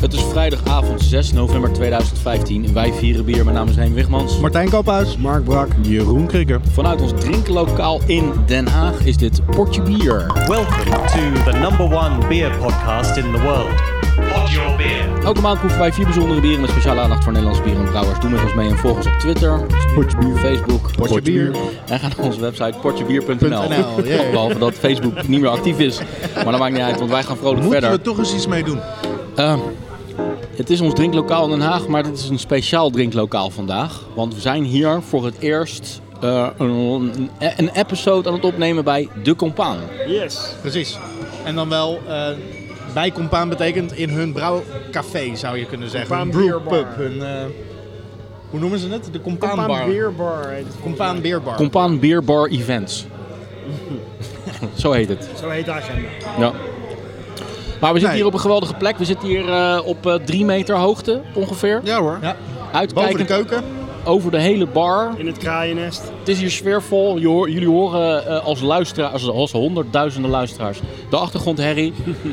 Het is vrijdagavond 6 november 2015 en wij vieren bier. Mijn naam is Hein Wigmans. Martijn Kamphuis. Mark Brak. Jeroen Krikke. Vanuit ons drinklokaal in Den Haag is dit Potje Bier. Welcome to the #1 beer podcast in the world. Pod your beer. Elke maand proeven wij 4 bijzondere bieren met speciale aandacht voor Nederlandse bieren en brouwers. Doe met ons mee en volg ons op Twitter, Potje Bier. Facebook, Potje Bier. En ga naar onze website potjebier.nl. Yeah. Behalve dat Facebook niet meer actief is. Maar dat maakt niet uit, want wij gaan vrolijk Moeten verder. we toch eens iets mee doen? Het is ons drinklokaal in Den Haag, maar dit is een speciaal drinklokaal vandaag. Want we zijn hier voor het eerst een episode aan het opnemen bij De Compaan. Yes. Precies. En dan wel, bij Compaan betekent in hun brouwcafé zou je kunnen zeggen. Compaan Een Beerbar. brewpub. Hoe noemen ze het? De Compaan Compaan Bar. Beerbar heet het. Compaan Beerbar. Compaan Beerbar Events. Zo heet het. Zo heet de agenda. Ja. Maar we zitten hier op een geweldige plek. We zitten hier op 3 meter hoogte ongeveer. Ja hoor. Ja. Boven de Uitkijkend keuken. over de hele bar. In het kraaiennest. Het is hier sfeervol. Jullie horen als luisteraars, als honderdduizenden luisteraars, de achtergrondherrie.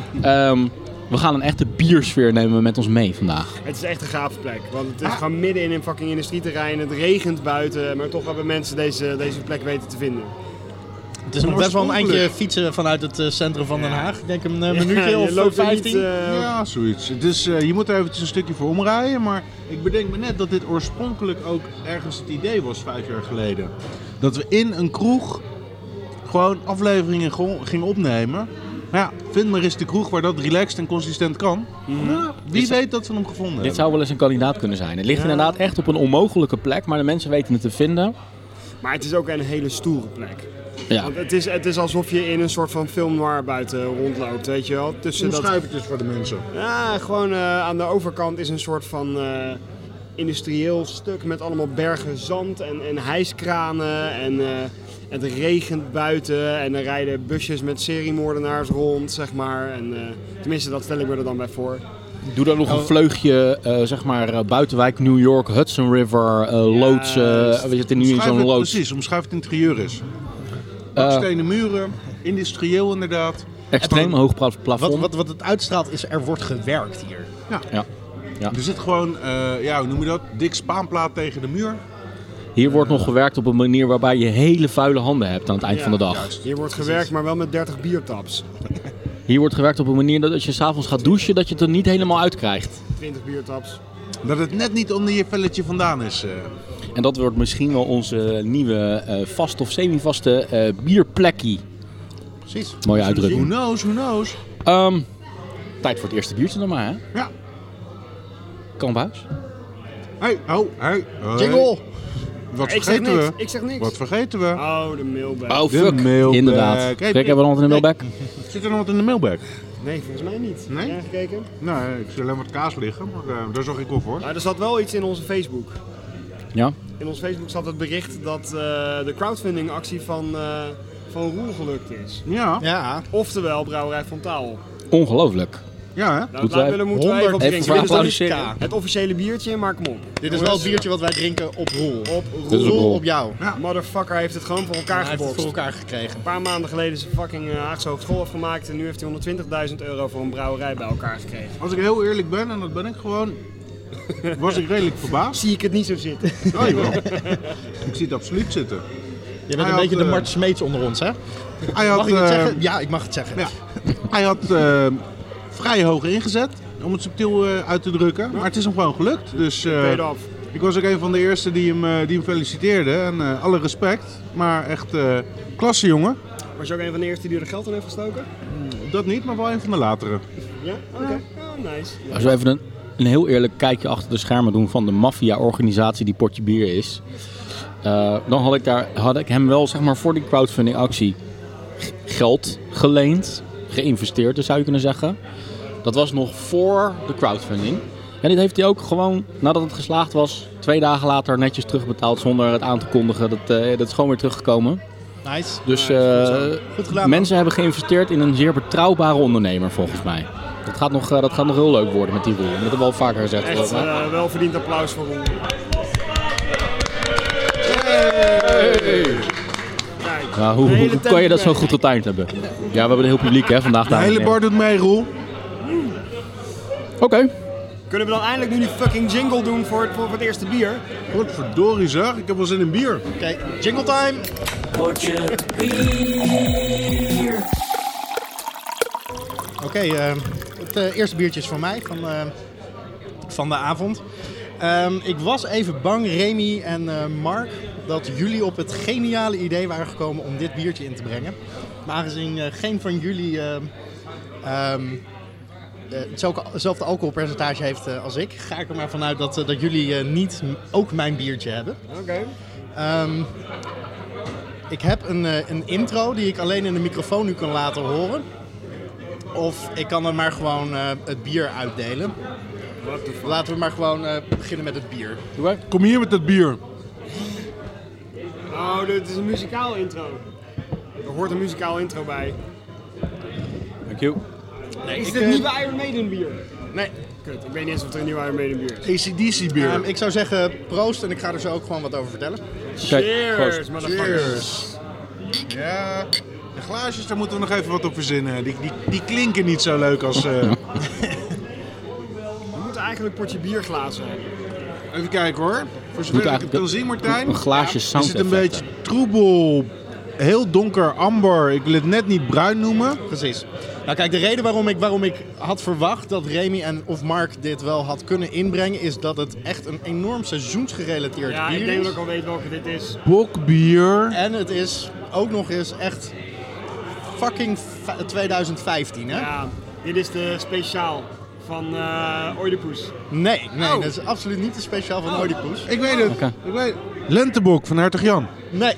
We gaan een echte biersfeer nemen met ons mee vandaag. Het is echt een gave plek. Want het is gewoon midden in een fucking industrieterrein. Het regent buiten. Maar toch hebben mensen deze plek weten te vinden. Het is nog best wel een eindje fietsen vanuit het centrum van Den Haag. Ik denk een minuutje Ja, je of loopt er 15. niet, Ja, zoiets. Het is, je moet er eventjes een stukje voor omrijden. Maar ik bedenk me net dat dit oorspronkelijk ook ergens het idee was 5 jaar geleden. Dat we in een kroeg gewoon afleveringen gingen opnemen. Maar ja, vind maar eens de kroeg waar dat relaxed en consistent kan. Ja, wie weet dat we hem gevonden Dit hebben. zou wel eens een kandidaat kunnen zijn. Het ligt inderdaad echt op een onmogelijke plek, maar de mensen weten het te vinden. Maar het is ook een hele stoere plek. Ja. Want het is alsof je in een soort van film noir buiten rondloopt, weet je wel. Tussen dat, Omschrijvertjes voor de mensen. ja, gewoon aan de overkant is een soort van industrieel stuk met allemaal bergen zand en hijskranen. En het regent buiten en er rijden busjes met seriemoordenaars rond, zeg maar. En, tenminste, dat stel ik me er dan bij voor. Doe dan nog een vleugje, zeg maar, buitenwijk New York, Hudson River, loods. We zitten nu in Omschrijf zo'n het loods. precies, omschrijf het interieur is. Bakstenen muren, industrieel inderdaad. Extreem hoog plafond. Wat het uitstraalt is, er wordt gewerkt hier. Ja. Er zit gewoon, hoe noem je dat? Dik spaanplaat tegen de muur. Hier wordt nog gewerkt op een manier waarbij je hele vuile handen hebt aan het eind Ja, van de dag. Juist. Hier wordt gewerkt, maar wel met 30 biertaps. Hier wordt gewerkt op een manier dat als je 's avonds gaat douchen, dat je het er niet helemaal uitkrijgt. 20 biertaps. Dat het net niet onder je velletje vandaan is. En dat wordt misschien wel onze nieuwe vaste of semi-vaste bierplekkie. Precies. Mooie Who uitdrukking. knows, who knows. Tijd voor het eerste biertje dan maar, hè? Ja. Kamphuis. Hey. Jingle! Wat Ik zeg vergeten niks. we? Ik zeg niks. Wat vergeten we? Oh, de mailbag. Oh, De fuck. mailbag. Inderdaad. Hey, Kijk, hebben we nog wat in de mailbag? Zit er nog wat in de mailbag? Nee, volgens mij niet. Nee? Heb jij gekeken? Nee, ik zie alleen wat kaas liggen, maar daar zag ik wel voor. Maar er zat wel iets in onze Facebook. Ja? In ons Facebook zat het bericht dat de crowdfunding actie van Roel gelukt is. Ja, Ja. Oftewel Brouwerij Van Taal. Ongelooflijk. ja hè? Nou, Moeten wij moeten we even op 100 even drinken. voor Dit is applaudisseren? het officiële biertje, maar kom op. Dit is wel het biertje wat wij drinken op Roel. Op Dit is op Roel. Roel. Op jou. Motherfucker heeft het gewoon voor elkaar Hij heeft het gebokst. voor elkaar gekregen. Een paar maanden geleden is een fucking Haagse Hogeschool afgemaakt en nu heeft hij 120.000 euro voor een brouwerij bij elkaar gekregen. Als ik heel eerlijk ben, en dat ben ik gewoon, was ik redelijk verbaasd. Zie ik het niet zo zitten. Oh jawel. Ik zie het absoluut zitten. Je bent Hij een beetje had, de Mart Smeets onder ons, hè? Hij had, Mag ik het zeggen? Ja, ik mag het zeggen. ja, hij had vrij hoog ingezet, om het subtiel uit te drukken. Maar het is hem gewoon gelukt. Dus Paid off. ik was ook een van de eerste die hem feliciteerde. En alle respect. Maar echt klasse jongen. Was je ook een van de eerste die er geld in heeft gestoken? Dat niet, maar wel een van de latere. Ja? Oké. Oh, nice. Ja. Als we even een heel eerlijk kijkje achter de schermen doen van de maffia-organisatie die Potje Bier is. Dan had ik hem wel, zeg maar, voor die crowdfunding actie geld geleend, geïnvesteerd, dus zou je kunnen zeggen. Dat was nog voor de crowdfunding. En dit heeft hij ook gewoon, nadat het geslaagd was, 2 dagen later netjes terugbetaald zonder het aan te kondigen. Dat is gewoon weer teruggekomen. Nice. Dus Goed gedaan. mensen hebben geïnvesteerd in een zeer betrouwbare ondernemer, volgens mij. Dat gaat nog heel leuk worden met die Roel. Dat hebben we al vaker gezegd. Echt wel verdiend applaus voor Roel. Kijk, Ja, hoe kan je dat zo goed getimed hebben? Ja, we hebben een heel publiek hè, vandaag. De hele bar doet mee, Roel. Oké. Kunnen we dan eindelijk nu die fucking jingle doen voor het eerste bier? Godverdorie zeg, ik heb wel zin in bier. Oké, jingle time. Oké, het eerste biertje is van mij, van de avond. Ik was even bang, Remy en Mark, dat jullie op het geniale idee waren gekomen om dit biertje in te brengen. Maar aangezien geen van jullie hetzelfde alcoholpercentage heeft als ik, ga ik er maar vanuit dat jullie niet ook mijn biertje hebben. Oké. Ik heb een intro die ik alleen in de microfoon nu kan laten horen. Of ik kan dan maar gewoon het bier uitdelen. Laten we maar gewoon beginnen met het bier. Kom hier met dat bier. Oh, dit is een muzikaal intro. Er hoort een muzikaal intro bij. Thank you. Nee, Is dit nieuwe Iron Maiden bier? Nee. Kut, ik weet niet eens of er een nieuwe Iron Maiden bier is. ACDC bier. Ik zou zeggen proost en ik ga er zo ook gewoon wat over vertellen. Cheers, motherfuckers. Ja, de glaasjes, daar moeten we nog even wat op verzinnen. Die klinken niet zo leuk als... We moeten eigenlijk potje bierglazen hebben. Even kijken hoor. Voor zover ik het kan zien, Martijn. Een glaasje Is sound het een beetje troebel, heel donker amber. Ik wil het net niet bruin noemen. Precies. Nou kijk, de reden waarom ik had verwacht dat Remy of Mark dit wel had kunnen inbrengen, is dat het echt een enorm seizoensgerelateerd Ja, bier ik denk is. dat ik al weet welke dit is. Bokbier. En het is ook nog eens echt fucking 2015, hè? Ja, dit is de speciaal van Oedipus. Nee, dat is absoluut niet te speciaal van Oedipus. Ik weet het. Oké. Ik weet het. Lentebok van Hertog Jan. Nee.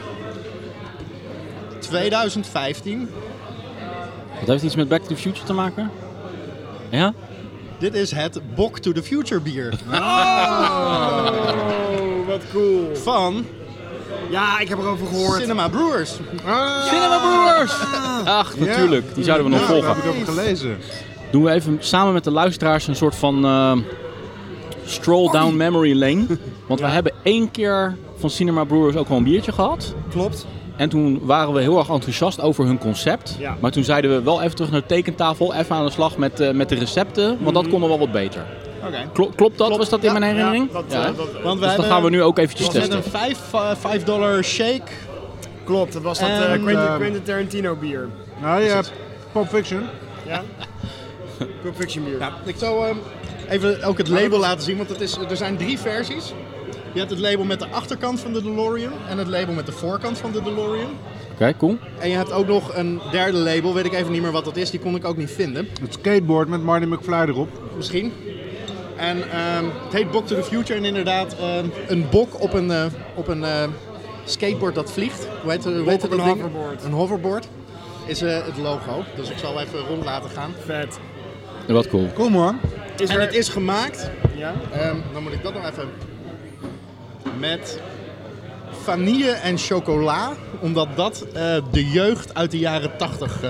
2015. Dat heeft iets met Back to the Future te maken? Ja? Dit is het Bok to the Future bier. Oh, wat cool. Van Ja, ik heb erover gehoord. Cinema Brewers. Cinema Brewers! Ach, natuurlijk. Die zouden we nog Ja, volgen. daar heb ik over gelezen. Doen we even samen met de luisteraars een soort van stroll down memory lane. Want we hebben 1 keer van Cinema Brewers ook wel een biertje gehad. Klopt. En toen waren we heel erg enthousiast over hun concept. Ja. Maar toen zeiden we wel even terug naar de tekentafel. Even aan de slag met de recepten. Want dat kon nog wel wat beter. Oké. Klopt dat? Was dat in mijn herinnering? Ja, Ja, hè? Want Dus dat gaan we nu ook eventjes met testen. een $5 shake. Klopt, dat was dat En, Quentin Tarantino bier. Nou, je hebt Pulp Fiction. Ja? Pulp Fiction bier. Ja, ik zal even ook het label laten zien, want er zijn 3 versies. Je hebt het label met de achterkant van de DeLorean en het label met de voorkant van de DeLorean. Oké, cool. En je hebt ook nog een derde label, weet ik even niet meer wat dat is, die kon ik ook niet vinden. Het skateboard met Marty McFly erop. Misschien. En het heet Bok to the Future en inderdaad een bok op een skateboard dat vliegt. Hoe heet op dat een ding? hoverboard. Een hoverboard is het logo. Dus ik zal even rond laten gaan. Vet. Ja, wat cool. Kom man. En het is gemaakt, Ja? dan moet ik dat nog even, met vanille en chocola. Omdat dat de jeugd uit de jaren 80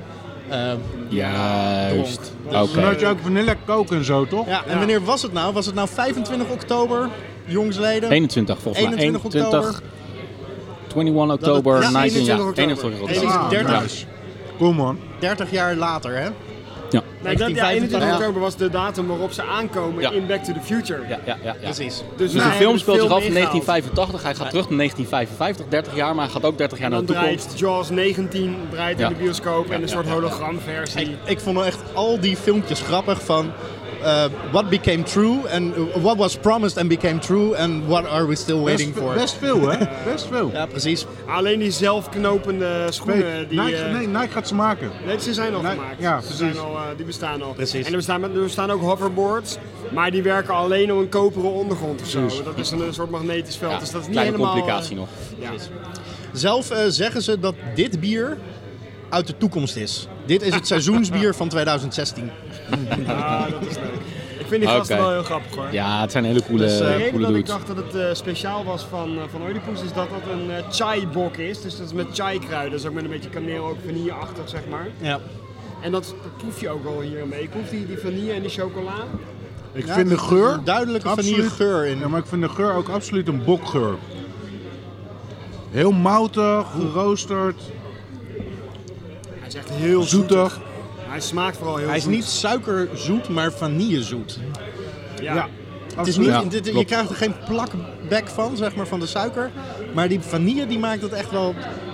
Juist. dronk. Oké. Dan had je ook vanille coke en zo, toch? Ja, en wanneer was het nou? Was het nou 25 oktober, jongsleden? 21 volgens mij. 21 oktober. 21 oktober, ja, 19 21 jaar. oktober. 21 oktober. Precies, 30, nice. Kom man. 30 jaar later, hè? Ja. Nee, dat, ja, 21 Ja. oktober was de datum waarop ze aankomen Ja. in Back to the Future. Ja. Precies. Dus Dus wij de film hebben speelt zich af in ingehaald. 1985. Hij gaat terug naar 1955, 30 jaar, maar hij gaat ook 30 jaar En naar dan de toekomst. draait Jaws 19 draait Ja. in de bioscoop en een soort hologramversie. Ik vond wel echt al die filmpjes grappig van what became true and what was promised and became true and what are we still waiting for. Best veel, hè? Best veel. Ja, precies. Alleen die zelfknopende schoenen, die, Nike gaat ze maken. nee, ze zijn al Nee, gemaakt. ja, Ze precies. zijn al, die bestaan al. Precies. En er bestaan ook hoverboards, maar die werken alleen op een koperen ondergrond of zo. Precies. Dat is een soort magnetisch veld, Ja, dus dat is niet kleine helemaal... complicatie nog. Ja. Zelf zeggen ze dat dit bier uit de toekomst is. Dit is het seizoensbier van 2016. Ah, dat is leuk. Ik vind die gasten Oké. wel heel grappig hoor. Ja, het zijn hele coole, Dus, De reden coole dat ik dudes. dacht dat het speciaal was van Oedipus is dat dat een chai-bok is. Dus dat is met chai-kruiden. Dus ook met een beetje kaneel, ook vanille-achtig zeg maar. Ja. En dat proef je ook wel hiermee. Ik proef die vanille en die chocola. Ik vind de geur... Een duidelijke absoluut- vanillegeur in. Ja, maar ik vind de geur ook absoluut een bokgeur. Heel moutig, geroosterd, Hij is echt heel zoetig. Hij Hij smaakt vooral heel Hij is zoet. niet suikerzoet, maar vanillezoet. Ja. Het is niet, Ja, je klopt. krijgt er geen plakbek van, zeg maar, van de suiker. Maar die vanille die maakt het echt wel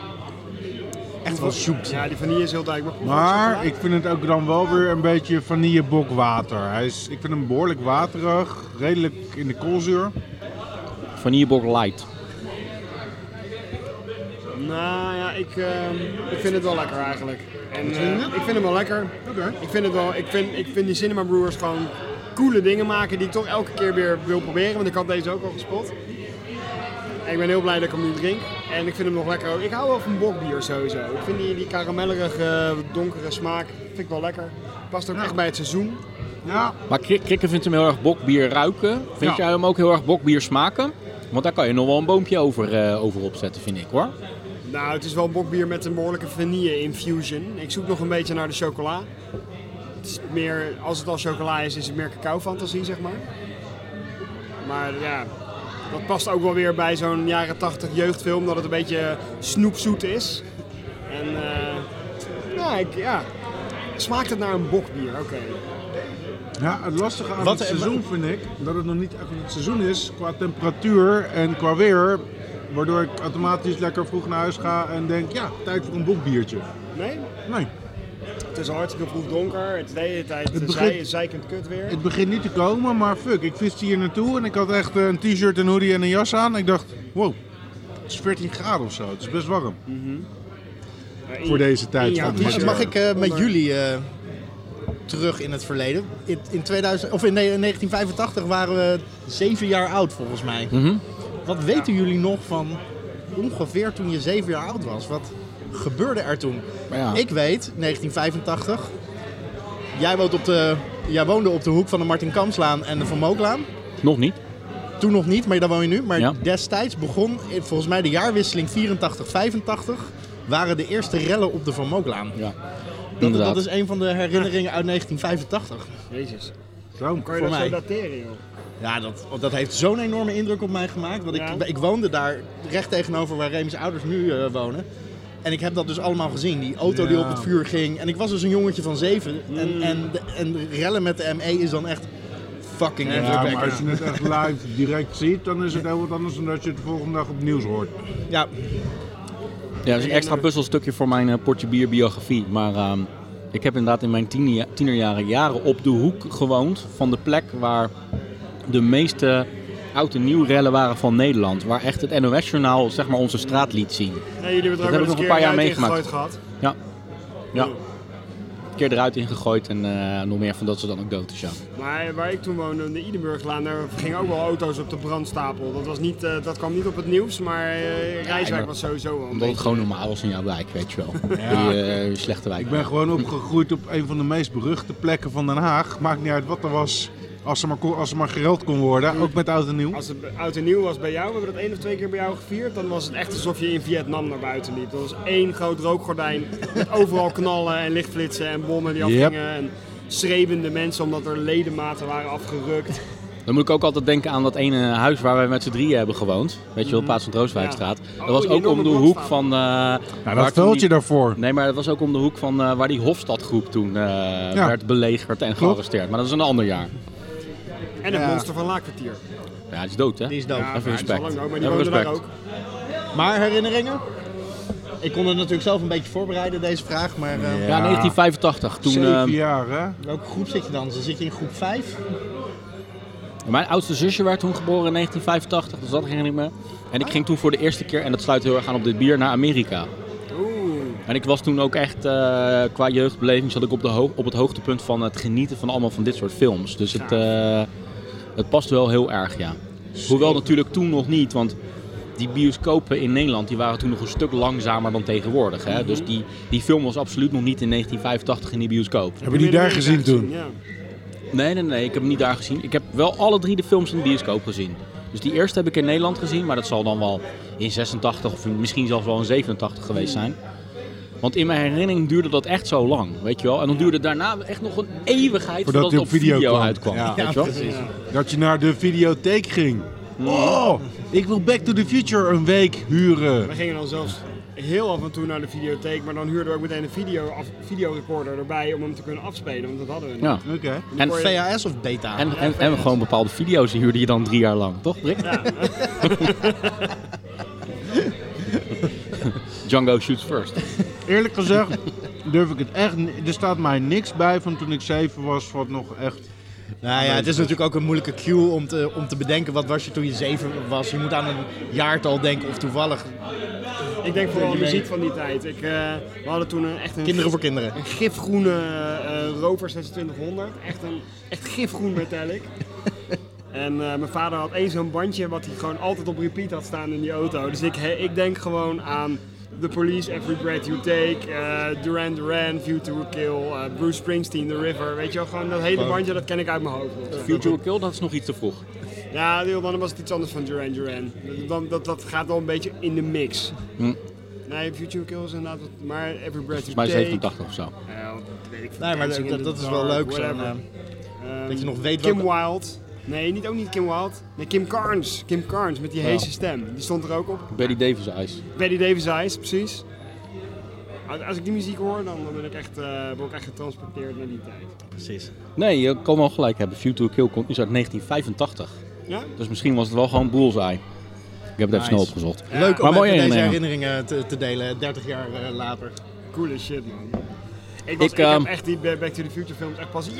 zoet. Ja, die vanille is heel duidelijk. Maar ik vind het ook dan wel weer een beetje vanillebokwater. Ik vind hem behoorlijk waterig, redelijk in de koolzuur. Vanillebok light. Nou ja, ik vind het wel lekker eigenlijk. En ik vind hem wel lekker. Oké. Ik vind die Cinema Brewers gewoon coole dingen maken die ik toch elke keer weer wil proberen. Want ik had deze ook al gespot. En ik ben heel blij dat ik hem nu drink. En ik vind hem nog lekker ook. Ik hou wel van bokbier sowieso. Ik vind die karamellerige, donkere smaak vind ik wel lekker. Past ook echt bij het seizoen. Ja, Maar Krikke vindt hem heel erg bokbier ruiken. Vind Ja. jij hem ook heel erg bokbier smaken? Want daar kan je nog wel een boompje over opzetten, vind ik hoor. Nou, het is wel bokbier met een behoorlijke vanille infusion. Ik zoek nog een beetje naar de chocola. Het is meer, als het al chocola is het meer cacao fantasie, zeg maar. Maar ja, dat past ook wel weer bij zo'n jaren 80 jeugdfilm, dat het een beetje snoepzoet is. En smaakt het naar een bokbier? Oké. ja, het lastige aan Wat- het seizoen vind ik dat het nog niet echt het seizoen is qua temperatuur en qua weer. Waardoor ik automatisch lekker vroeg naar huis ga en denk, ja, tijd voor een bokbiertje. Nee? Nee, Het is al hartstikke vroeg donker. Het is de hele tijd Het begint- zeikend kut weer. het begint niet te komen, maar fuck, ik viste hier naartoe en ik had echt een t-shirt, een hoodie en een jas aan. Ik dacht, wow, het is 14 graden of zo, het is best warm. Voor deze tijd jouw van t-shirt. het Mag ik met Onder- jullie terug in het verleden? In 1985 waren we 7 jaar oud volgens mij. Wat weten jullie nog van ongeveer toen je 7 jaar oud was? Wat gebeurde er toen? Ja. Ik weet, 1985. Jij woonde op de hoek van de Martin Kamslaan en de Van Mooklaan. Nog niet. Toen nog niet, maar daar woon je nu. Maar Ja. destijds begon, volgens mij de jaarwisseling 84-85, waren de eerste rellen op de Van Mooklaan. Ja. Dat Inderdaad. is een van de herinneringen uit 1985. Jezus. Zo. Kan je Voor dat mij. zo dateren, joh? Ja, dat heeft zo'n enorme indruk op mij gemaakt. Want Ja. ik woonde daar recht tegenover waar Remy's ouders nu wonen. En ik heb dat dus allemaal gezien. Die auto die Ja. op het vuur ging. En ik was dus een jongetje van 7. En rellen met de ME is dan echt fucking Ja, maar indrukwekkend. als je het echt live direct ziet, dan is het heel wat anders dan dat je het de volgende dag op het nieuws hoort. Ja, Ja, dat is een extra puzzelstukje voor mijn potje bier biografie. Maar ik heb inderdaad in mijn tienerjaren op de hoek gewoond van de plek waar de meeste oud en nieuw rellen waren van Nederland. Waar echt het NOS-journaal zeg maar onze straat liet zien. Nee, jullie hebben er Dat ook heb wel ik eens nog een paar jaar keer meegemaakt. uitgegooid gehad. Ja. Ja. Een keer eruit ingegooid en nog meer van dat soort anekdotes, ja. Maar waar ik toen woonde, in de Idenburglaan, daar gingen ook wel auto's op de brandstapel. Dat, was niet, dat kwam niet op het nieuws, maar Rijswijk maar was sowieso wel een Omdat het beetje- gewoon normaal was in jouw wijk, weet je wel. Die slechte wijk. Ik ben gewoon opgegroeid op een van de meest beruchte plekken van Den Haag. Maakt niet uit wat er was, als er maar gereld kon worden. Ook met oud en nieuw. Als het oud en nieuw was bij jou, we hebben dat 1 of 2 keer bij jou gevierd, dan was het echt alsof je in Vietnam naar buiten liep. Dat was één groot rookgordijn met overal knallen en lichtflitsen en bommen die Yep. afgingen. En schreeuwende mensen omdat er ledematen waren afgerukt. Dan moet ik ook altijd denken aan dat ene huis waar wij met z'n drieën hebben gewoond. Weet je wel, plaats van Rooswijkstraat. Ja. Dat was Oh, ook die om de enorme hoek brandstapel. van... Nou, waar dat toen veldje die- daarvoor. Nee, maar dat was ook om de hoek van waar die Hofstadgroep toen werd belegerd en gearresteerd. Maar dat is een ander jaar. En het Ja. monster van Laakkwartier. Ja, die is dood, hè? die is dood. Ja, Even maar het is al respect. lang dood, maar die Even woonde daar respect. ook. Maar herinneringen? Ik kon het natuurlijk zelf een beetje voorbereiden, deze vraag. Maar Ja, 1985. Toen, 7 jaar, hè? welke groep zit je dan? Dan zit je in groep 5? mijn oudste zusje werd toen geboren in 1985, dus dat herinner ik me. En ik ging toen voor de eerste keer, en dat sluit heel erg aan op dit bier, naar Amerika. En ik was toen ook echt, qua jeugdbeleving, zat ik op het hoogtepunt van het genieten van allemaal van dit soort films. Dus het past wel heel erg, ja. Hoewel natuurlijk toen nog niet, want die bioscopen in Nederland die waren toen nog een stuk langzamer dan tegenwoordig. Hè? Dus die film was absoluut nog niet in 1985 in die bioscoop. Hebben die daar gezien toen? Ja. Nee, ik heb hem niet daar gezien. Ik heb wel alle 3 de films in de bioscoop gezien. Dus die eerste heb ik in Nederland gezien, maar dat zal dan wel in 86 of misschien zelfs wel in 87 geweest zijn. Want in mijn herinnering duurde dat echt zo lang, weet je wel. En dan duurde daarna echt nog een eeuwigheid Voordat voordat het hij op op video video kwam. uitkwam. Ja. Weet je wel? precies. Dat je naar de videotheek ging. Oh, ik wil Back to the Future een week huren. We gingen dan zelfs... heel af en toe naar de videotheek, maar dan huurden we ook meteen een videorecorder erbij om hem te kunnen afspelen, want dat hadden we niet. Ja. Oké. En VHS of beta? En gewoon bepaalde video's huurde je dan 3 jaar lang, toch Brik? Ja. Django shoots first. Eerlijk gezegd durf ik het echt niet. Er staat mij niks bij van toen ik 7 was, wat nog echt... Nou ja, het is natuurlijk ook een moeilijke cue om te bedenken wat was je toen je 7 was. Je moet aan een jaartal denken of toevallig Ik denk vooral de muziek van die tijd. We hadden toen echt een... Kinderen voor kinderen. Een gifgroene Rover 2600. Echt gifgroen metallic. En mijn vader had één zo'n bandje wat hij gewoon altijd op repeat had staan in die auto. Dus ik denk gewoon aan The Police, Every Breath You Take, Duran Duran, View to a Kill, Bruce Springsteen, The River. Weet je wel, gewoon dat hele bandje, dat ken ik uit mijn hoofd. View to a Kill, dat is nog iets te vroeg. Ja, dan was het iets anders van Duran Duran. Dat gaat wel een beetje in de mix. Nee, View to a Kill is inderdaad wat, maar Every Breath You Volgens mij Take. 87 of zo. Dat weet ik veel. Nee, maar Dancing in the dat is wel Dark, leuk. whatever. Dat je nog weet Kim wat... Wilde. Nee, ook niet Kim Wilde. Nee, Kim Carnes. Kim Carnes met die heese stem. Die stond er ook op. Betty Davis Eyes. Betty Davis Eyes, precies. Als ik die muziek hoor, dan ben ik echt getransporteerd naar die tijd. Precies. Nee, je kan wel gelijk hebben. View to a Kill komt uit 1985. Ja? Dus misschien was het wel gewoon Bullseye. Ik heb het even snel opgezocht. Ja. Leuk om Maar mooie even deze herinneringen. herinneringen te delen, 30 jaar later. Coole shit, man. Ik heb echt die Back to the Future films echt pas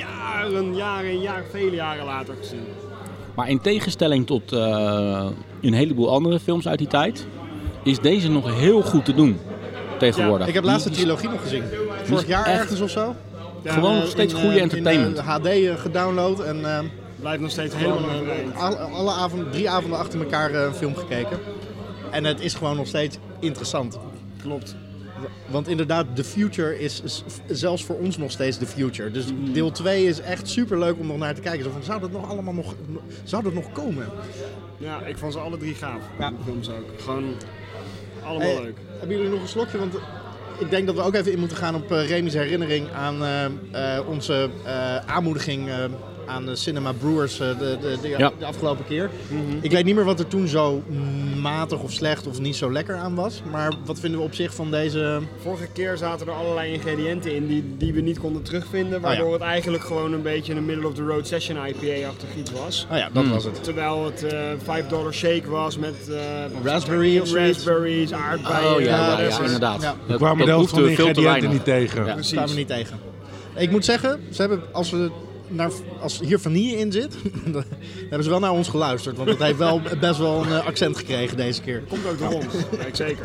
vele jaren later gezien. Maar in tegenstelling tot een heleboel andere films uit die tijd, is deze nog heel goed te doen tegenwoordig. Ik heb laatst de trilogie nog gezien. Vorig jaar echt ergens of zo. Ja, Gewoon nog steeds goede entertainment. In HD gedownload en blijft nog steeds helemaal overeind. 3 avonden achter elkaar een film gekeken. En het is gewoon nog steeds interessant. Klopt. Want inderdaad, The Future is zelfs voor ons nog steeds The Future. Dus deel 2 is echt super leuk om nog naar te kijken. Zo van, zou dat nog komen? Ja, ik vond ze alle 3 gaaf. Ja. De films ook. Gewoon allemaal leuk. Hebben jullie nog een slokje? Want ik denk dat we ook even in moeten gaan op Remy's herinnering aan onze aanmoediging aan de Cinema Brewers de afgelopen keer. Mm-hmm. Ik weet niet meer wat er toen zo matig of slecht of niet zo lekker aan was. Maar wat vinden we op zich van deze... Vorige keer zaten er allerlei ingrediënten in die we niet konden terugvinden. Waardoor het eigenlijk gewoon een beetje een middle-of-the-road session IPA-achtig iets was. Oh ja, dat was het. Terwijl het $5 shake was met raspberries, aardbeien. Oh ja, inderdaad. Ja. We kwamen de helft van de ingrediënten niet tegen. Ja, daar kwamen we niet tegen. Ik moet zeggen, ze hebben, als hier vanille in zit, dan hebben ze wel naar ons geluisterd. Want het heeft wel best wel een accent gekregen deze keer. Komt ook door ons, weet ik zeker.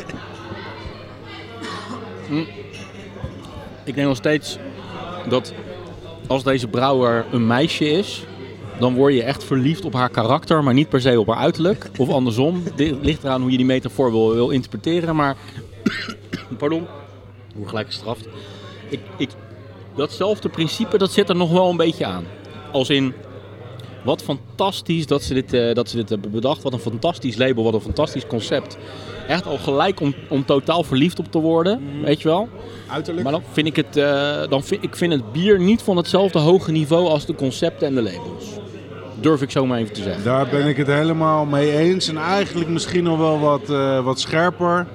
Ik denk nog steeds dat als deze brouwer een meisje is, dan word je echt verliefd op haar karakter, maar niet per se op haar uiterlijk. Of andersom. Dit ligt eraan hoe je die metafoor wil interpreteren. Maar, pardon, ik word gelijk gestraft. Datzelfde principe, dat zit er nog wel een beetje aan. Als in, wat fantastisch dat ze dit hebben bedacht. Wat een fantastisch label, wat een fantastisch concept. Echt al gelijk om totaal verliefd op te worden, weet je wel. Uiterlijk. Maar dan vind ik ik vind het bier niet van hetzelfde hoge niveau als de concepten en de labels. Durf ik zo maar even te zeggen. Daar ben ik het helemaal mee eens. En eigenlijk misschien nog wel wat scherper.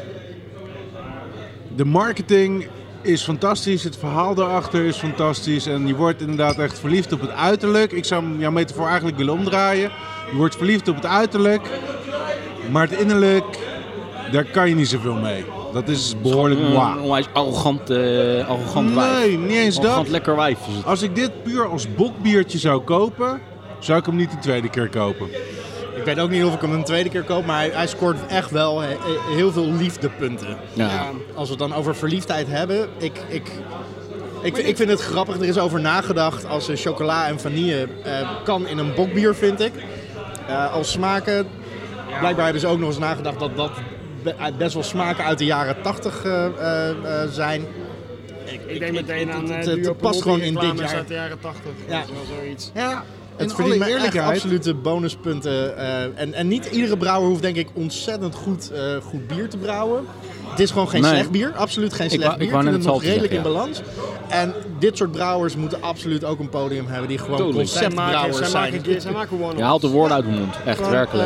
De marketing is fantastisch, het verhaal daarachter is fantastisch en je wordt inderdaad echt verliefd op het uiterlijk. Ik zou jouw metafoor eigenlijk willen omdraaien. Je wordt verliefd op het uiterlijk, maar het innerlijk, daar kan je niet zoveel mee. Dat is behoorlijk moi. Onwijs arrogant wijf. Nee, niet eens arrogant dat. lekker wijf is het. Als ik dit puur als bokbiertje zou kopen, zou ik hem niet de tweede keer kopen. Ik weet ook niet of ik hem een tweede keer koop, maar hij scoort echt wel heel veel liefdepunten. Ja. Als we het dan over verliefdheid hebben, ik vind het grappig. Er is over nagedacht als chocola en vanille kan in een bokbier, vind ik. Als smaken, blijkbaar hebben ze ook nog eens nagedacht dat best wel smaken uit de jaren 80 zijn. Ik denk meteen aan het past gewoon in dit jaar uit de jaren 80. Ja. Dat is wel zoiets. Ja, Het in verdient alle me echt eerlijkheid. absolute bonuspunten. En niet iedere brouwer hoeft denk ik ontzettend goed bier te brouwen. Het is gewoon geen slecht bier. Absoluut geen slecht bier. Ik vind het nog redelijk in balans. En dit soort brouwers moeten absoluut ook een podium hebben die gewoon conceptbrouwers zijn. Zij maken one-offs. Je haalt de woorden uit de mond. Echt, Gewoon, werkelijk.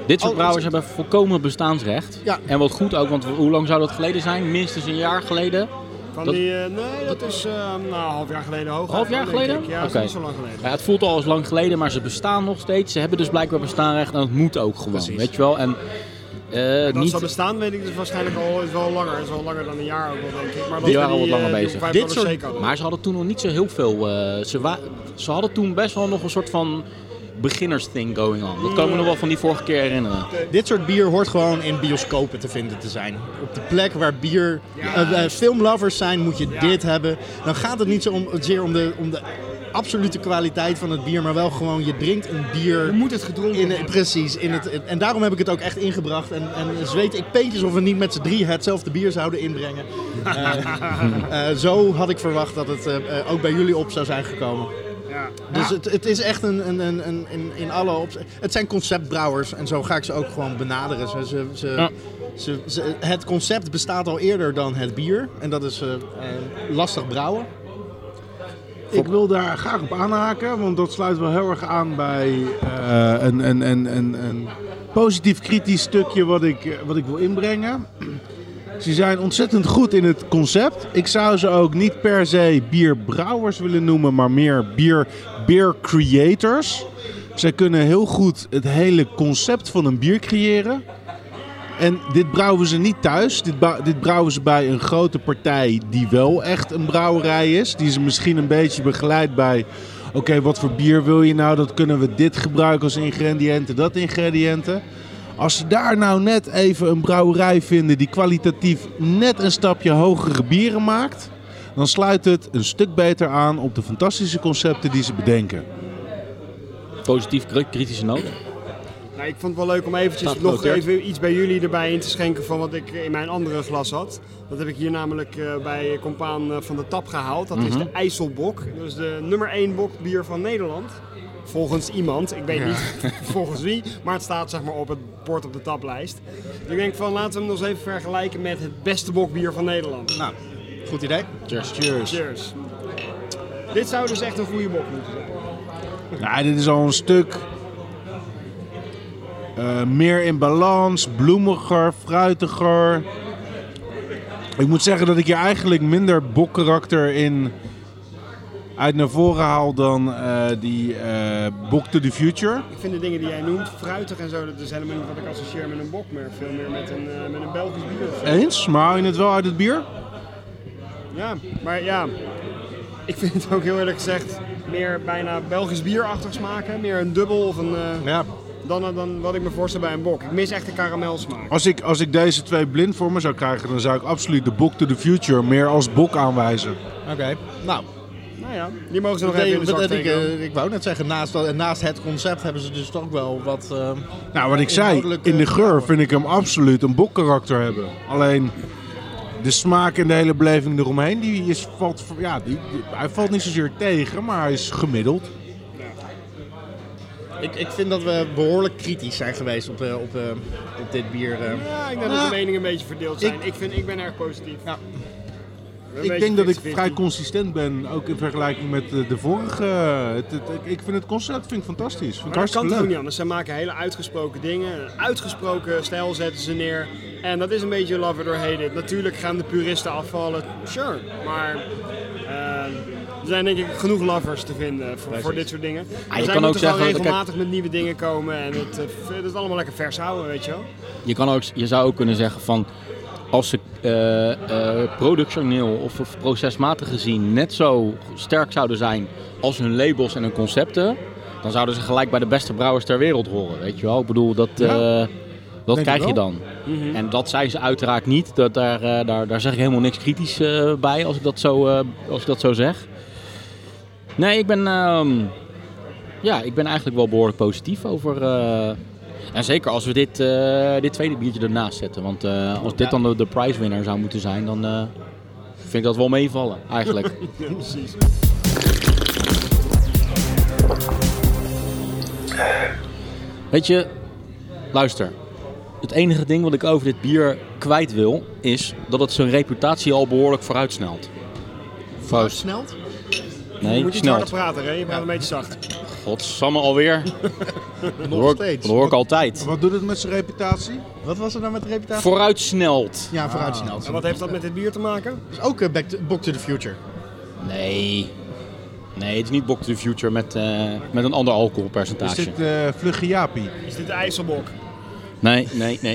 Dit soort brouwers hebben volkomen bestaansrecht. Ja. En wat goed ook, want hoe lang zou dat geleden zijn? Minstens een jaar geleden. Dat is een half jaar geleden hoog. Half jaar geleden? Ja, dat is niet zo lang geleden. Ja, het voelt al als lang geleden, maar ze bestaan nog steeds. Ze hebben dus blijkbaar bestaanrecht en dat moet ook gewoon. Precies. Weet je wel? En, Dat niet... zal bestaan, weet ik dus waarschijnlijk al is wel langer. Het is wel langer dan een jaar ook wel, denk ik. Maar dat Die we waren al wat langer bezig. Dit soort... Maar ze hadden toen nog niet zo heel veel. Ze hadden toen best wel nog een soort van beginners thing going on. Dat kan ik me nog wel van die vorige keer herinneren. Dit soort bier hoort gewoon in bioscopen te vinden te zijn. Op de plek waar filmlovers zijn, moet je dit hebben. Dan gaat het niet zozeer om de absolute kwaliteit van het bier, maar wel gewoon je drinkt een bier. Je moet het gedronken worden. Precies. En daarom heb ik het ook echt ingebracht. En zweet ik peentjes of we niet met z'n drie hetzelfde bier zouden inbrengen. Zo had ik verwacht dat het ook bij jullie op zou zijn gekomen. Ja. Dus het is echt in alle opzichten. Het zijn conceptbrouwers en zo ga ik ze ook gewoon benaderen. Het concept bestaat al eerder dan het bier. En dat is lastig brouwen. Ik wil daar graag op aanhaken, want dat sluit wel heel erg aan bij een positief kritisch stukje wat ik wil inbrengen. Ze zijn ontzettend goed in het concept. Ik zou ze ook niet per se bierbrouwers willen noemen, maar meer beer creators. Zij kunnen heel goed het hele concept van een bier creëren. En dit brouwen ze niet thuis. Dit brouwen ze bij een grote partij die wel echt een brouwerij is. Die ze misschien een beetje begeleidt bij... Oké, wat voor bier wil je nou? Dat kunnen we dit gebruiken als ingrediënten, dat ingrediënten. Als ze daar nou net even een brouwerij vinden die kwalitatief net een stapje hogere bieren maakt... dan sluit het een stuk beter aan op de fantastische concepten die ze bedenken. Positief kritische noot. Nou, ik vond het wel leuk om eventjes nog even iets bij jullie erbij in te schenken van wat ik in mijn andere glas had. Dat heb ik hier namelijk bij Compaan van de tap gehaald. Dat is de IJsselbok. Dat is de nummer 1 bokbier van Nederland. Volgens iemand, ik weet niet volgens wie, maar het staat zeg maar op het bord op de taplijst. Dus ik denk van laten we hem nog eens even vergelijken met het beste bokbier van Nederland. Nou, goed idee. Cheers. Dit zou dus echt een goede bok moeten zijn. Nou, dit is al een stuk meer in balans, bloemiger, fruitiger. Ik moet zeggen dat ik hier eigenlijk minder bokkarakter in uit naar voren haal dan die Bok to the Future. Ik vind de dingen die jij noemt, fruitig en zo, dat is helemaal niet wat ik associeer met een bok, maar veel meer met een Belgisch bier. Eens, maar haal je het wel uit het bier? Ja, maar ja, ik vind het ook heel eerlijk gezegd meer bijna Belgisch bierachtig smaken. Meer een dubbel of een... Dan wat ik me voorstel bij een bok. Ik mis echt de karamelsmaak. Als ik deze twee blind voor me zou krijgen, dan zou ik absoluut de Bok to the Future meer als bok aanwijzen. Oké, nou ja, die mogen ze nog even in de zak steken. Ik wou net zeggen, naast het concept hebben ze dus toch wel wat... nou, wat ik zei, in de geur vind ik hem absoluut een bokkarakter hebben. Alleen de smaak en de hele beleving eromheen, hij valt niet zozeer tegen, maar hij is gemiddeld. Ik vind dat we behoorlijk kritisch zijn geweest op dit bier. Ja, ik denk dat de meningen een beetje verdeeld zijn. Ik ben erg positief. Ja. Ik denk dat ik vrij consistent ben, ook in vergelijking met de vorige. Ik vind het concept fantastisch. Maar dat kan toch ook niet anders. Ze maken hele uitgesproken dingen. Een uitgesproken stijl zetten ze neer. En dat is een beetje love it or hate it. Natuurlijk gaan de puristen afvallen. Sure. Maar er zijn denk ik genoeg lovers te vinden voor dit soort dingen. Je kan ook zeggen regelmatig met nieuwe dingen komen. En het is allemaal lekker vers houden, weet je wel. Je zou ook kunnen zeggen van... Als ze productioneel of procesmatig gezien net zo sterk zouden zijn als hun labels en hun concepten, dan zouden ze gelijk bij de beste brouwers ter wereld horen, weet je wel. Ik bedoel, dat krijg je dan. Mm-hmm. En dat zijn ze uiteraard niet. Daar zeg ik helemaal niks kritisch bij als ik dat zo zeg. Nee, ik ben eigenlijk wel behoorlijk positief over... En zeker als we dit tweede biertje ernaast zetten. Want als dit dan de prijswinnaar zou moeten zijn, dan vind ik dat wel meevallen, eigenlijk. Ja, precies. Weet je, luister. Het enige ding wat ik over dit bier kwijt wil, is dat het zijn reputatie al behoorlijk vooruitsnelt. Vooruitsnelt? Nee, je moet niet snelt. harder praten, hè? Je praat een beetje zacht. Godsamme alweer. Nog steeds. Dat hoor ik altijd. Wat doet het met zijn reputatie? Wat was er nou met de reputatie? Vooruitsnelt. Ja, vooruitsneld. En wat heeft dat met dit bier te maken? Dus ook Back to the Future. Nee. Nee, het is niet Back to the Future met een ander Is alcoholpercentage. dit Vlugge Jaapie? Is dit de IJsselbok? Nee.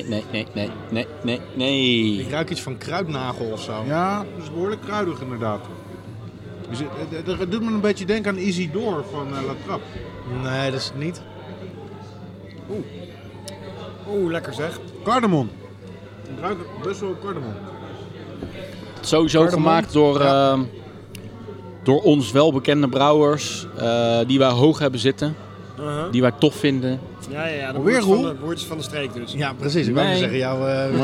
Ik ruik iets van kruidnagel of zo. Ja, dat is behoorlijk kruidig inderdaad. Dus het doet me een beetje denken aan Isidore van La Trappe. Nee, dat is het niet. Oeh, lekker zeg. Cardamom. Ik ruik best wel cardamom. Sowieso gemaakt door ons welbekende brouwers. Die wij hoog hebben zitten. Die wij tof vinden. Ja, de Alweer woordjes van de streek dus. Ja, precies. Ik wou Nee. zeggen, jouw...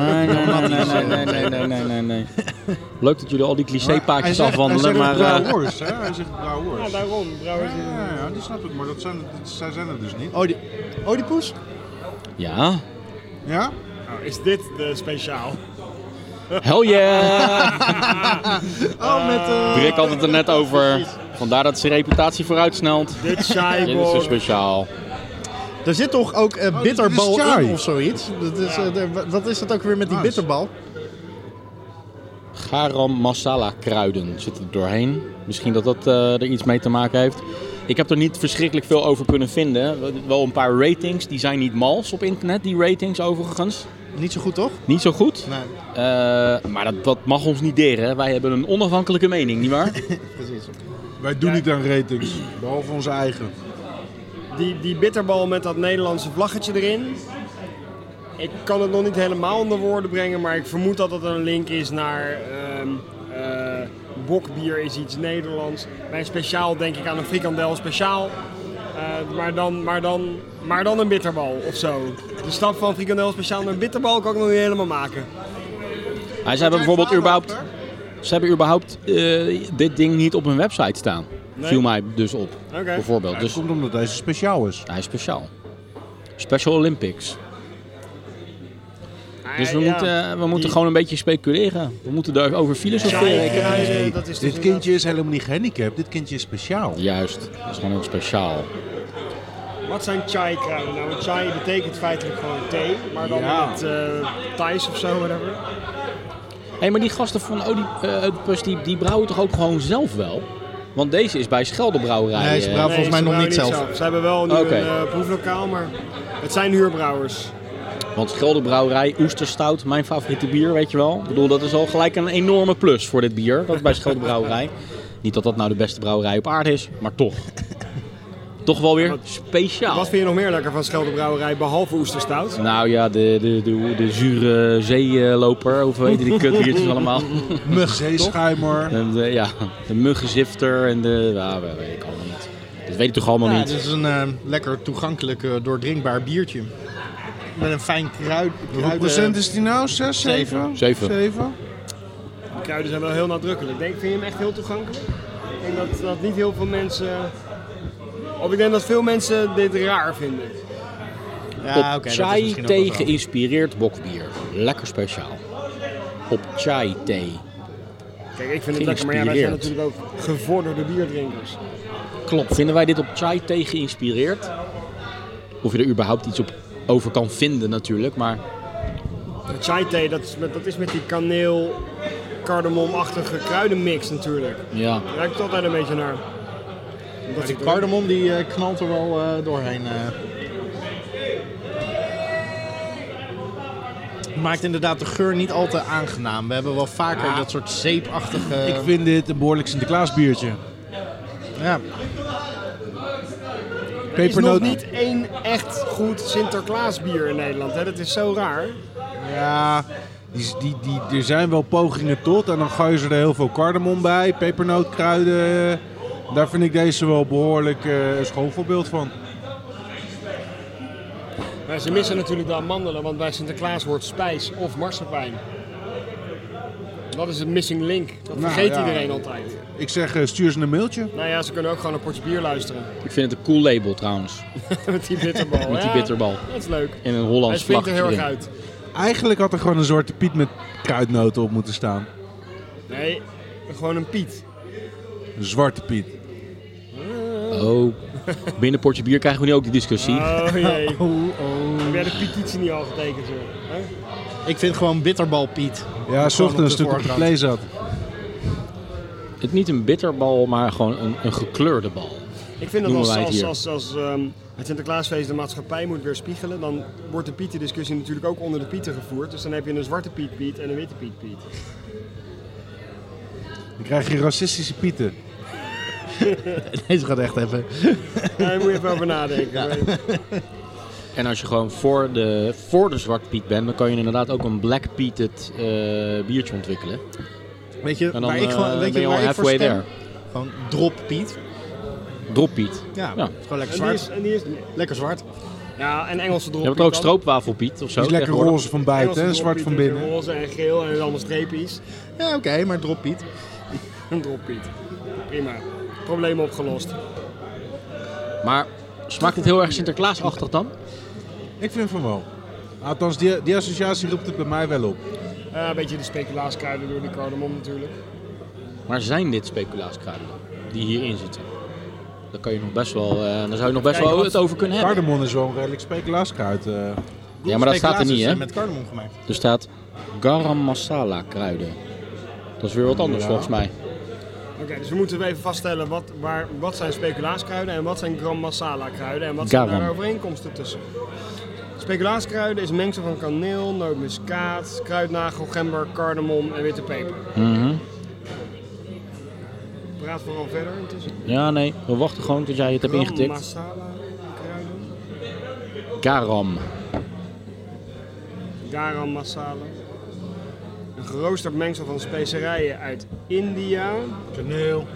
Nee. Leuk dat jullie al die clichépaadjes Hij afwandelen, zegt maar... brouwworst, hè? Hij zegt Ja, brouwworst. daarom. Brouwers. Ja, die snap ik, maar zij zijn het dus niet. Oedipus? Ja. Ja? Nou, is dit de speciaal? Hell yeah! met... Brik had het er net over. Vandaar dat zijn reputatie vooruitsnelt. Dit Dit is Scheibor. een speciaal. Er zit toch ook bitterbal dit is chai. in of zoiets? Dat is, wat is dat ook weer met die Nice. bitterbal? Garam masala kruiden zitten er doorheen. Misschien dat dat er iets mee te maken heeft. Ik heb er niet verschrikkelijk veel over kunnen vinden. Wel een paar ratings. Die zijn niet mals op internet, die ratings overigens. Niet zo goed, toch? Niet zo goed. Nee, Maar dat mag ons niet deren. Wij hebben een onafhankelijke mening, nietwaar? precies. Wij doen niet aan ratings, behalve onze eigen. Die bitterbal met dat Nederlandse vlaggetje erin. Ik kan het nog niet helemaal onder woorden brengen, maar ik vermoed dat het een link is naar bokbier is iets Nederlands. Bij een speciaal denk ik aan een frikandel speciaal. Maar dan een bitterbal of zo. De stap van frikandel speciaal naar een bitterbal kan ik nog niet helemaal maken. Ze hebben bijvoorbeeld überhaupt dit ding niet op hun website staan. Nee? Viel mij dus op, Oké. bijvoorbeeld. Dat Dus komt omdat deze speciaal is. hij is speciaal. Special Olympics. Dus we moeten gewoon een beetje speculeren. We moeten erover filosoferen. Chai-kruiden, dat is Dit dus kindje is helemaal niet gehandicapt, dit kindje is speciaal. Juist, dat is gewoon heel speciaal. Wat zijn chai-kruiden? Nou, chai betekent feitelijk gewoon thee, maar dan Ja. met Thais of zo, whatever. Hé, maar die gasten van Oedipus, die brouwen toch ook gewoon zelf wel? Want deze is bij Scheldebrouwerij. Nee, ze brouwen volgens mij ze nog brouwen niet zelf. Ze hebben wel nu Oké. een proeflokaal, maar het zijn huurbrouwers. Want Scheldebrouwerij, oesterstout, mijn favoriete bier, weet je wel. Ik bedoel, dat is al gelijk een enorme plus voor dit bier. Dat is bij Scheldebrouwerij. Niet dat dat nou de beste brouwerij op aarde is, maar toch. Toch wel weer speciaal. Wat vind je nog meer lekker van Scheldebrouwerij, behalve oesterstout? Nou ja, de zure zeeloper, of weet je die kutbiertjes allemaal. Zeeschuimer. En de muggenzifter en de... Ja, weet ik allemaal niet. Dat weet ik toch allemaal Ja, niet. dit is een lekker toegankelijk, doordrinkbaar biertje. Met een fijn Hoeveel procent is die nou? 6, 7? 7. De kruiden zijn wel heel nadrukkelijk. Vind je hem echt heel toegankelijk? Ik denk dat niet heel veel mensen... Of ik denk dat veel mensen dit raar vinden. Ja, Op oké, dat is chai misschien ook thee wel zo. geïnspireerd bokbier. Lekker speciaal. Op chai thee. Kijk, ik vind het lekker, maar ja, wij zijn Geïnspireerd. natuurlijk ook gevorderde bierdrinkers. Klopt. Vinden wij dit op chai thee geïnspireerd? Of je er überhaupt iets op over kan vinden natuurlijk, maar... De chai thee, dat is met die kaneel, cardamomachtige kruidenmix natuurlijk. Ja. Daar ruikt het altijd een beetje naar. Dat Die cardamom die knalt er wel doorheen. Maakt inderdaad de geur niet al te aangenaam. We hebben wel vaker dat soort zeepachtige... Ik vind dit een behoorlijk Sinterklaasbiertje. Ja. Er is nog Pepernoot. niet één echt goed Sinterklaasbier in Nederland. Hè? Dat is zo raar. Ja, er zijn wel pogingen tot. En dan gooien ze er heel veel cardamom bij, pepernootkruiden. Daar vind ik deze wel behoorlijk een schoolvoorbeeld van. Maar ze missen natuurlijk de amandelen, want bij Sinterklaas hoort spijs of marsepein. Dat is het missing link. Dat vergeet iedereen altijd. Ik zeg, stuur ze een mailtje. Nou ja, ze kunnen ook gewoon een potje bier luisteren. Ik vind het een cool label trouwens. Met die bitterbal. Met die Ja, bitterbal. Dat is leuk. In een Hij Hollands springt er vlaggetje heel erg erin. uit. Eigenlijk had er gewoon een Zwarte Piet met kruidnoten op moeten staan. Nee, gewoon een Piet. Een Zwarte Piet. Oh. Binnen Portje Bier krijgen we nu ook die discussie. Oh jee. Heb jij de petitie niet al getekend, zo? Ik vind gewoon bitterbal Piet. Ja, zocht een stuk op de voorkant. play zat. Het niet een bitterbal, maar gewoon een gekleurde bal. Ik vind dat Noemen wij het hier. als het Sinterklaasfeest de maatschappij moet weerspiegelen, dan wordt de Pieten-discussie natuurlijk ook onder de Pieten gevoerd. Dus dan heb je een zwarte Piet en een witte Piet. Dan krijg je racistische pieten. Deze gaat echt even. Daar moet je even over nadenken. En als je gewoon voor de Zwarte Piet bent, dan kan je inderdaad ook een Black Peated biertje ontwikkelen. Weet je En dan waar ik gewoon, weet ben je je al waar ik voor halfway stem? there. Gewoon drop Piet. Drop Piet. Ja, Ja. gewoon lekker En zwart. die is Lekker zwart. ja, en Engelse drop. Je hebt ook stroopwafelpiet of zo. Die is lekker tegenwoordig. roze van buiten en zwart van binnen. Roze en geel en allemaal streepjes. Ja, oké, maar drop Piet. Een drop Piet. Prima. Probleem opgelost. Maar smaakt het heel erg Sinterklaasachtig dan? Ik vind van wel. Althans, die associatie roept het bij mij wel op. Een beetje de speculaaskruiden door die cardamom natuurlijk. Maar zijn dit speculaaskruiden die hierin zitten? Daar kan je nog best wel, daar zou je nog best Kijk, wel wat- het over kunnen hebben. Cardamom is wel een redelijk speculaaskruid. Ja, maar dat staat er niet, hè? Met cardamom gemaakt. Er staat garam masala kruiden. Dat is weer wat anders Ja. volgens mij. Oké, dus we moeten even vaststellen wat zijn speculaaskruiden en wat zijn gram masala kruiden en wat Garam. zijn daar overeenkomsten tussen. Speculaaskruiden is een mengsel van kaneel, nootmuskaat, kruidnagel, gember, cardamom en witte peper. Praat vooral verder intussen. Ja, nee, we wachten gewoon tot jij het hebt Gram ingetikt. masala kruiden. Garam. Garam masala. Een geroosterd mengsel van specerijen uit India. Kaneel.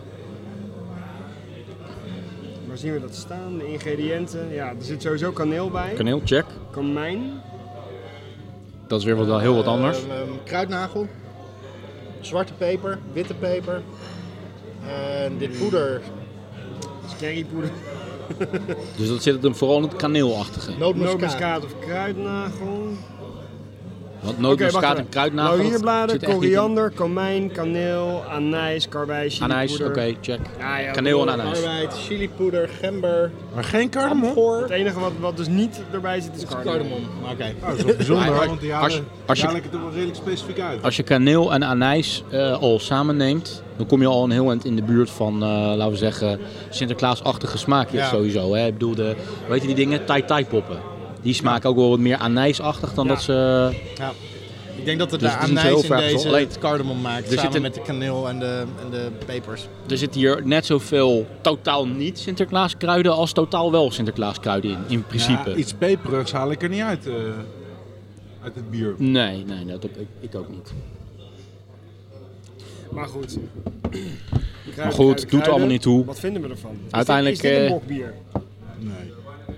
Waar zien we dat staan? De ingrediënten. Ja, er zit sowieso kaneel bij. Kaneel, check. Komijn. Dat is weer wel heel wat anders. Kruidnagel. Zwarte peper. Witte peper. En dit poeder. Currypoeder. Dus dat zit hem vooral in het kaneelachtige. Nootmuskaat. Nootmuskaat of kruidnagel. Want Oké, nootmuskaat wacht en kruidnagel. dat Laurierbladen, zit echt niet in. koriander, komijn, kaneel, anijs, karwei, Anijs, chilipoeder. oké, check. Ja, Kaneel en anijs. Arbeid, chilipoeder, gember. Maar geen cardamom? Amfor. Het enige wat dus niet erbij zit is cardamom. Cardamom. Oké. Oh, dat is wel bijzonder, Maar want die als je- halen ik het er wel redelijk specifiek uit. Als je kaneel en anijs al samen neemt, dan kom je al een heel eind in de buurt van, laten we zeggen, Sinterklaasachtige smaakjes Ja. sowieso. Hè? Ik bedoel, weet je die dingen? Tai poppen. Die smaken ook wel wat meer anijsachtig dan Ja. dat ze... Ja. Ik denk dat het Dus de het is niet zo anijs heel in ver deze gezocht. Alleen, het cardamom maakt. er Samen zit met de kaneel en de pepers. Er zit hier net zoveel totaal niet Sinterklaaskruiden als totaal wel Sinterklaaskruiden in principe. Ja, iets peperigs haal ik er niet uit het bier. Nee, dat ik ook niet. Maar goed. Maar goed, het doet er allemaal niet toe. Wat vinden we ervan? Uiteindelijk, Is dit een bokbier? Nee.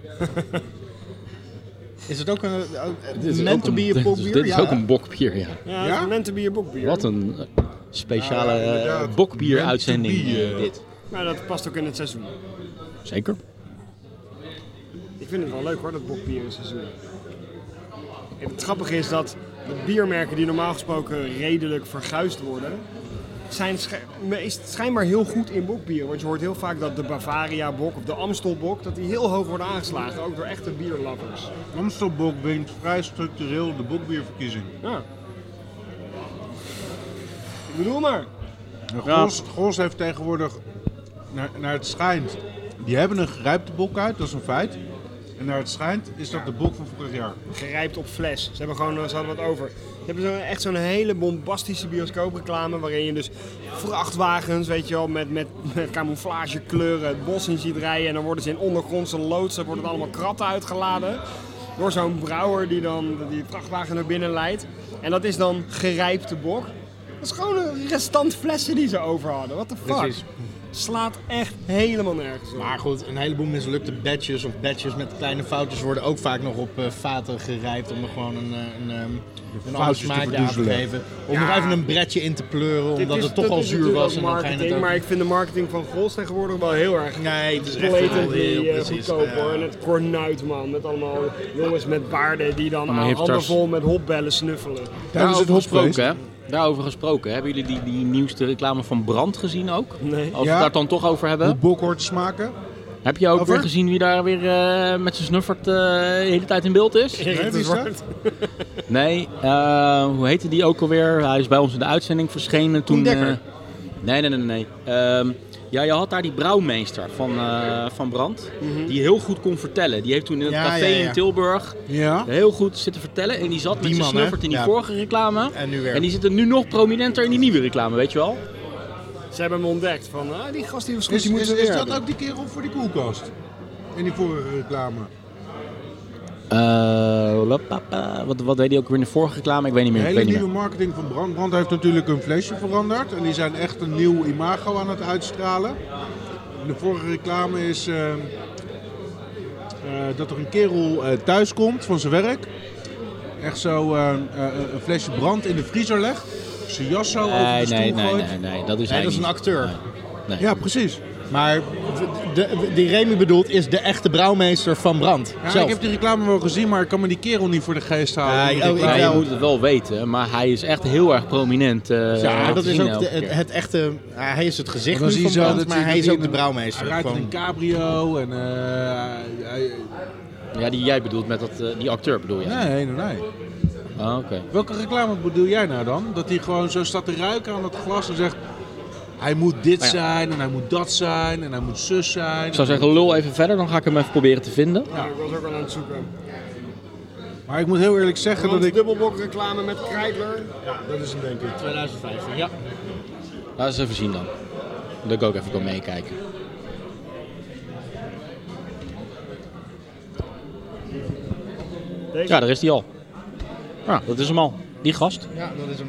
Is het ook een Dit is meant ook to be a dit bokbier? is ook een bokbier, ja. Ja, het is een lentebier bokbier. Wat een speciale Ja, inderdaad. bokbier-uitzending Meant to be, dit. Maar dat past ook in het seizoen. Zeker. Ik vind het wel leuk hoor, dat bokbier in het seizoen. En het grappige is dat de biermerken die normaal gesproken redelijk verguisd worden, zijn schijnbaar heel goed in bokbier. Want je hoort heel vaak dat de Bavaria bok of de Amstel bok, dat die heel hoog worden aangeslagen, ook door echte bierlovers. Amstelbok wint vrij structureel de bokbierverkiezing. Ja. Ik bedoel maar. Gros heeft tegenwoordig, naar het schijnt, die hebben een gerijpte bok uit, dat is een feit. En naar het schijnt is dat de bok van vorig jaar. Gerijpt op fles. Ze hadden wat over. Ze hebben echt zo'n hele bombastische bioscoopreclame waarin je dus vrachtwagens, weet je wel, met camouflagekleuren het bos in ziet rijden. En dan worden ze in ondergrondse loodsen, worden allemaal kratten uitgeladen door zo'n brouwer die dan die vrachtwagen naar binnen leidt. En dat is dan gerijpte bok. Dat is gewoon een restant flessen die ze over hadden. What the fuck? Precies. Slaat echt helemaal nergens op. Maar goed, een heleboel mislukte batches of batches met kleine foutjes worden ook vaak nog op vaten gerijpt om er gewoon een ander foutjes te smaakje aan te verdoezelen. geven. Of Ja. nog even een bredje in te pleuren omdat het toch al zuur natuurlijk was. ook En dan ga je marketing, het ook... maar ik vind de marketing van Gros tegenwoordig wel heel erg Nee, het is echt blatantly heel precies. goedkoop hoor. En het kornuit man, met allemaal jongens met baarden die dan Allemaal handen hipsters. vol met hopbellen snuffelen. Tijdens het Daarover hopfeest. gesproken, hè. Daarover gesproken, hebben jullie die nieuwste reclame van Brand gezien ook? Nee. Als we Ja. het daar dan toch over hebben. Hoe bok hoort te smaken. Heb je ook Over? weer gezien wie daar weer met zijn snuffert de hele tijd in beeld is? Erik Nee, de wie is Zwart. Nee, hoe heette die ook alweer? Hij is bij ons in de uitzending verschenen toen... Dekker. Nee. Ja, je had daar die brouwmeester van Brand, die heel goed kon vertellen. Die heeft toen in het Ja, café ja, ja. in Tilburg Ja. heel goed zitten vertellen. En die zat met Die zijn man, snuffert hè? in die Ja. vorige reclame. En nu weer. En die zit er nu nog prominenter in die nieuwe reclame, weet je wel? Ze hebben hem ontdekt van, die gast die was goed, Is, die moeten is, we is weer dat hebben. ook die kerel voor die koelkast? In die vorige reclame. Wat deed hij ook weer in de vorige reclame? Ik weet niet De meer. Ik hele weet niet nieuwe meer. marketing van Brand. Brand heeft natuurlijk een flesje veranderd. En die zijn echt een nieuw imago aan het uitstralen. In de vorige reclame is dat er een kerel thuis komt van zijn werk. Echt zo een flesje Brand in de vriezer legt. Zijn jas zo over de stoel gooit. Nee, dat is Nee, hij dat is een niet. acteur. Nee. Ja, precies. Maar die Remy bedoelt is de echte brouwmeester van Brand. Ja, zelf. ik heb die reclame wel gezien, maar ik kan me die kerel niet voor de geest houden. Ja, Die ik reclame. Ja, je wel. moet het wel weten, maar hij is echt heel erg prominent. Ja, dat te is zien ook elke keer. het echte... hij is het gezicht Dan nu zie je van zo Brand, dat maar hij- hij is dat ook de hij brouwmeester. Hij rijdt in Gewoon. een cabrio en... Ja, die jij bedoelt met die acteur bedoel je? Nee. Oh, oké. Welke reclame bedoel jij nou dan? Dat hij gewoon zo staat te ruiken aan dat glas en zegt... Hij moet dit ja. zijn en hij moet dat zijn en hij moet zus zijn. Ik zou zeggen, lul even verder, dan ga ik hem even proberen te vinden. Ja, ik was ook al aan het zoeken. Maar ik moet heel eerlijk zeggen dat ik... Dubbelbok reclame met Kreidler. Ja, dat is hem denk ik. 2015, ja. Laat eens even zien dan. Dat ik ook even kan meekijken. Deze? Ja, daar is hij al. Ja, dat is hem al. Die gast. Ja, dat is hem.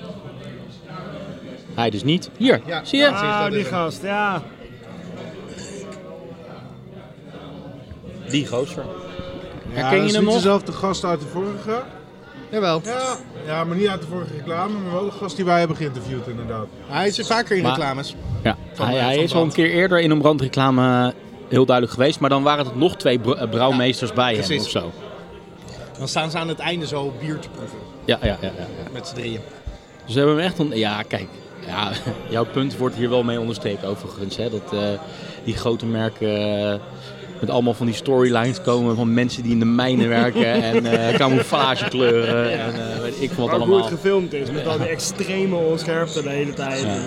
Hij dus niet. Hier, Ja. zie je? Ah, dat die is hem. gast, ja. Die gozer. Ja, Herken dat je is hem niet nog? dezelfde gast uit de vorige. Jawel. Ja, maar niet uit de vorige reclame, maar wel de gast die wij hebben geïnterviewd inderdaad. Hij zit vaker in Maar- reclames. Ja, hij van is al een Brand. keer eerder in een brandreclame heel duidelijk geweest. Maar dan waren het nog twee brouwmeesters bij hem precies. of zo. Dan staan ze aan het einde zo bier te proeven. Ja. Met z'n drieën. Dus we hebben hem echt... Ja, kijk. Ja, jouw punt wordt hier wel mee onderstreept overigens. Hè? Dat die grote merken met allemaal van die storylines komen van mensen die in de mijnen werken. En camouflagekleuren. En weet ik veel wat Maar ook hoe allemaal. het gefilmd is, met al die extreme onscherpte de hele tijd. Ja.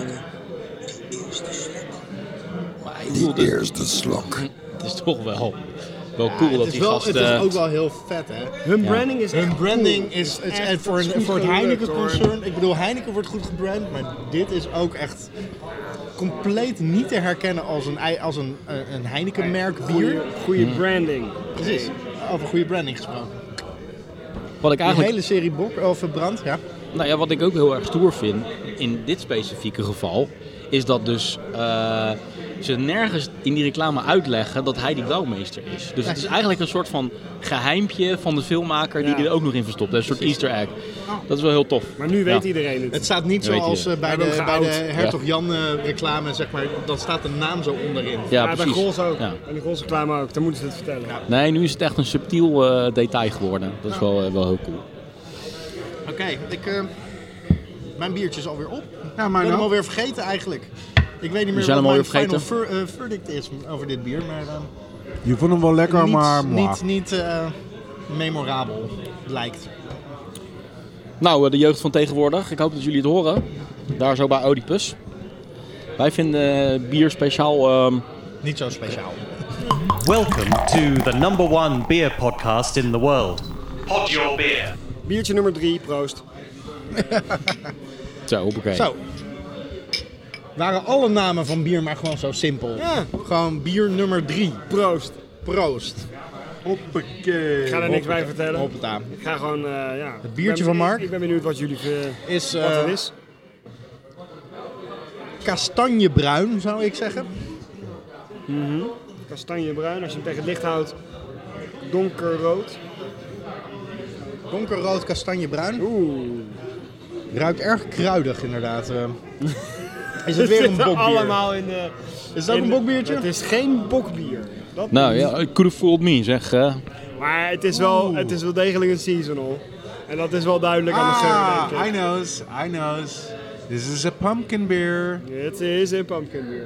Maar ik bedoel, Die eerste slok. het is toch wel cool dat Het is, die wel, gasten... het is ook wel heel vet, hè? Hun branding is echt Hun branding cool. is Echt, en voor het is goed het gelukt, Heineken-concern. Ik bedoel, Heineken wordt goed gebrand, maar dit is ook echt compleet niet te herkennen als een Heineken-merk bier. Goede branding. Precies. Over goede branding gesproken. Wat ik Die eigenlijk... hele serie Bok of Brand, ja. Nou ja, wat ik ook heel erg stoer vind in dit specifieke geval, is dat dus ze nergens in die reclame uitleggen dat hij die brouwmeester is. Dus het is eigenlijk een soort van geheimpje van de filmmaker die Ja. er ook nog in verstopt. Dat is een soort Easter egg. Dat is wel heel tof. Maar nu weet Ja. iedereen het. Het staat niet Dat weet zoals iedereen. bij, We hebben de, hem bij de geout. Hertog Jan reclame, zeg maar. Dan staat de naam zo onderin. Ja, bij precies. Grols ook. Ja. En de Grols reclame ook. Dan moeten ze het vertellen. Nee, nu is het echt een subtiel detail geworden. Dat is wel heel cool. Oké, mijn biertje is alweer op. Ja, Ik maar ben hem nou. alweer vergeten eigenlijk. Ik weet niet meer zijn wat hem mijn alweer final verdict is over dit bier. Maar Je vond hem wel lekker, maar... moi. niet memorabel, lijkt. Nou, de jeugd van tegenwoordig. Ik hoop dat jullie het horen. Daar zo bij Oedipus. Wij vinden bier speciaal... Niet zo speciaal. Welcome to the number one beer podcast in the world. Pod Your Beer. Biertje nummer 3, proost. Zo, hoppakee. Zo. Waren alle namen van bier maar gewoon zo simpel? Ja. Gewoon bier nummer 3. Proost. Proost. Hoppakee. Ik ga er niks bij vertellen. Hoppata. Ik ga gewoon, ja. Het biertje van Mark? Ik ben benieuwd wat jullie Is wat het is. kastanjebruin, zou ik zeggen. Kastanjebruin, als je hem tegen het licht houdt. Donkerrood. Donkerrood kastanjebruin. Oeh. Ruikt erg kruidig, inderdaad. Is het weer een Zitten bokbier? allemaal in de... Is het ook een bokbiertje? Het is geen bokbier. Nou ja, it could have fooled me, zeg. Maar het is wel degelijk een seasonal. En dat is wel duidelijk aan de geur, denk ik. I knows. This is a pumpkin beer. Het is een pumpkin beer.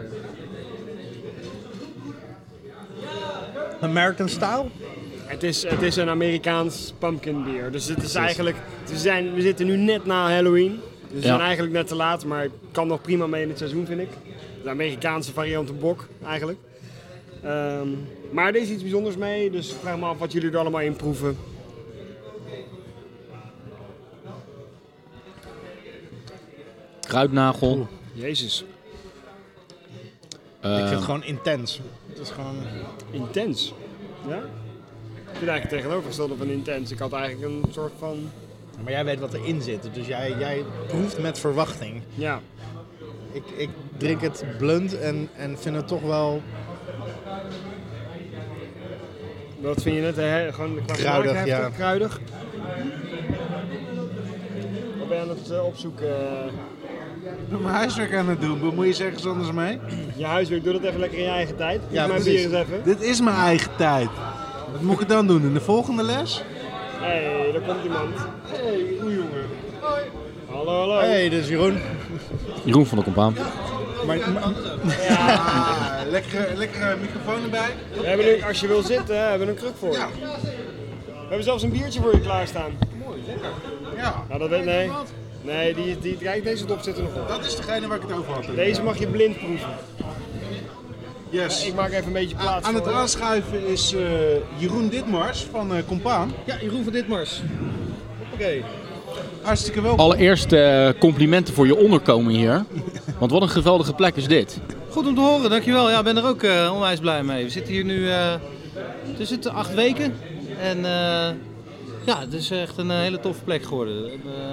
American style? Het is een Amerikaans pumpkin beer. Dus het is eigenlijk... We zitten nu net na Halloween. Dus we zijn eigenlijk net te laat, maar het kan nog prima mee in het seizoen, vind ik. De Amerikaanse variant op bok, eigenlijk. Maar er is iets bijzonders mee, dus ik vraag me af wat jullie er allemaal in proeven. Kruidnagel. Jezus. Ik vind het gewoon intens. Het is gewoon... Intens. Ja? Ik vind eigenlijk tegenovergestelde van intens. Ik had eigenlijk een soort van... Maar jij weet wat erin zit, dus jij proeft met verwachting. Ja. Ik drink het blunt en vind het toch wel... Wat vind je net? Gewoon kruidig, heftig, ja. Kruidig. Wat ben je aan het opzoeken? Ik ben mijn huiswerk aan het doen. Bemoei je eens ergens anders mee? Je huiswerk, doe dat even lekker in je eigen tijd. Ja, Proef mijn precies. bier eens even. Dit is mijn eigen tijd. Wat moet ik dan doen? In de volgende les? Hé, daar komt iemand. Hey, goeie jongen. Hallo. Hey, dit is Jeroen. Jeroen van de Compaan. Lekker microfoon erbij. We hebben nu, als je wil zitten, hebben we een kruk voor je. Ja. We hebben zelfs een biertje voor je klaarstaan. Mooi, lekker. Ja. Nou, dat weet nee. Nee, kijk, deze dop zit er nog op. Dat is degene waar ik het over had. Deze mag je blind proeven. Yes. Ik maak even een beetje plaats Aan het voor je. aanschuiven is Jeroen Ditmars van Compaan. Ja, Jeroen van Ditmars. Oké. Hartstikke welkom. Allereerst complimenten voor je onderkomen hier. Want wat een geweldige plek is dit. Goed om te horen, dankjewel. Ja, ik ben er ook onwijs blij mee. We zitten hier nu tussen de 8 weken. En ja, het is echt een hele toffe plek geworden.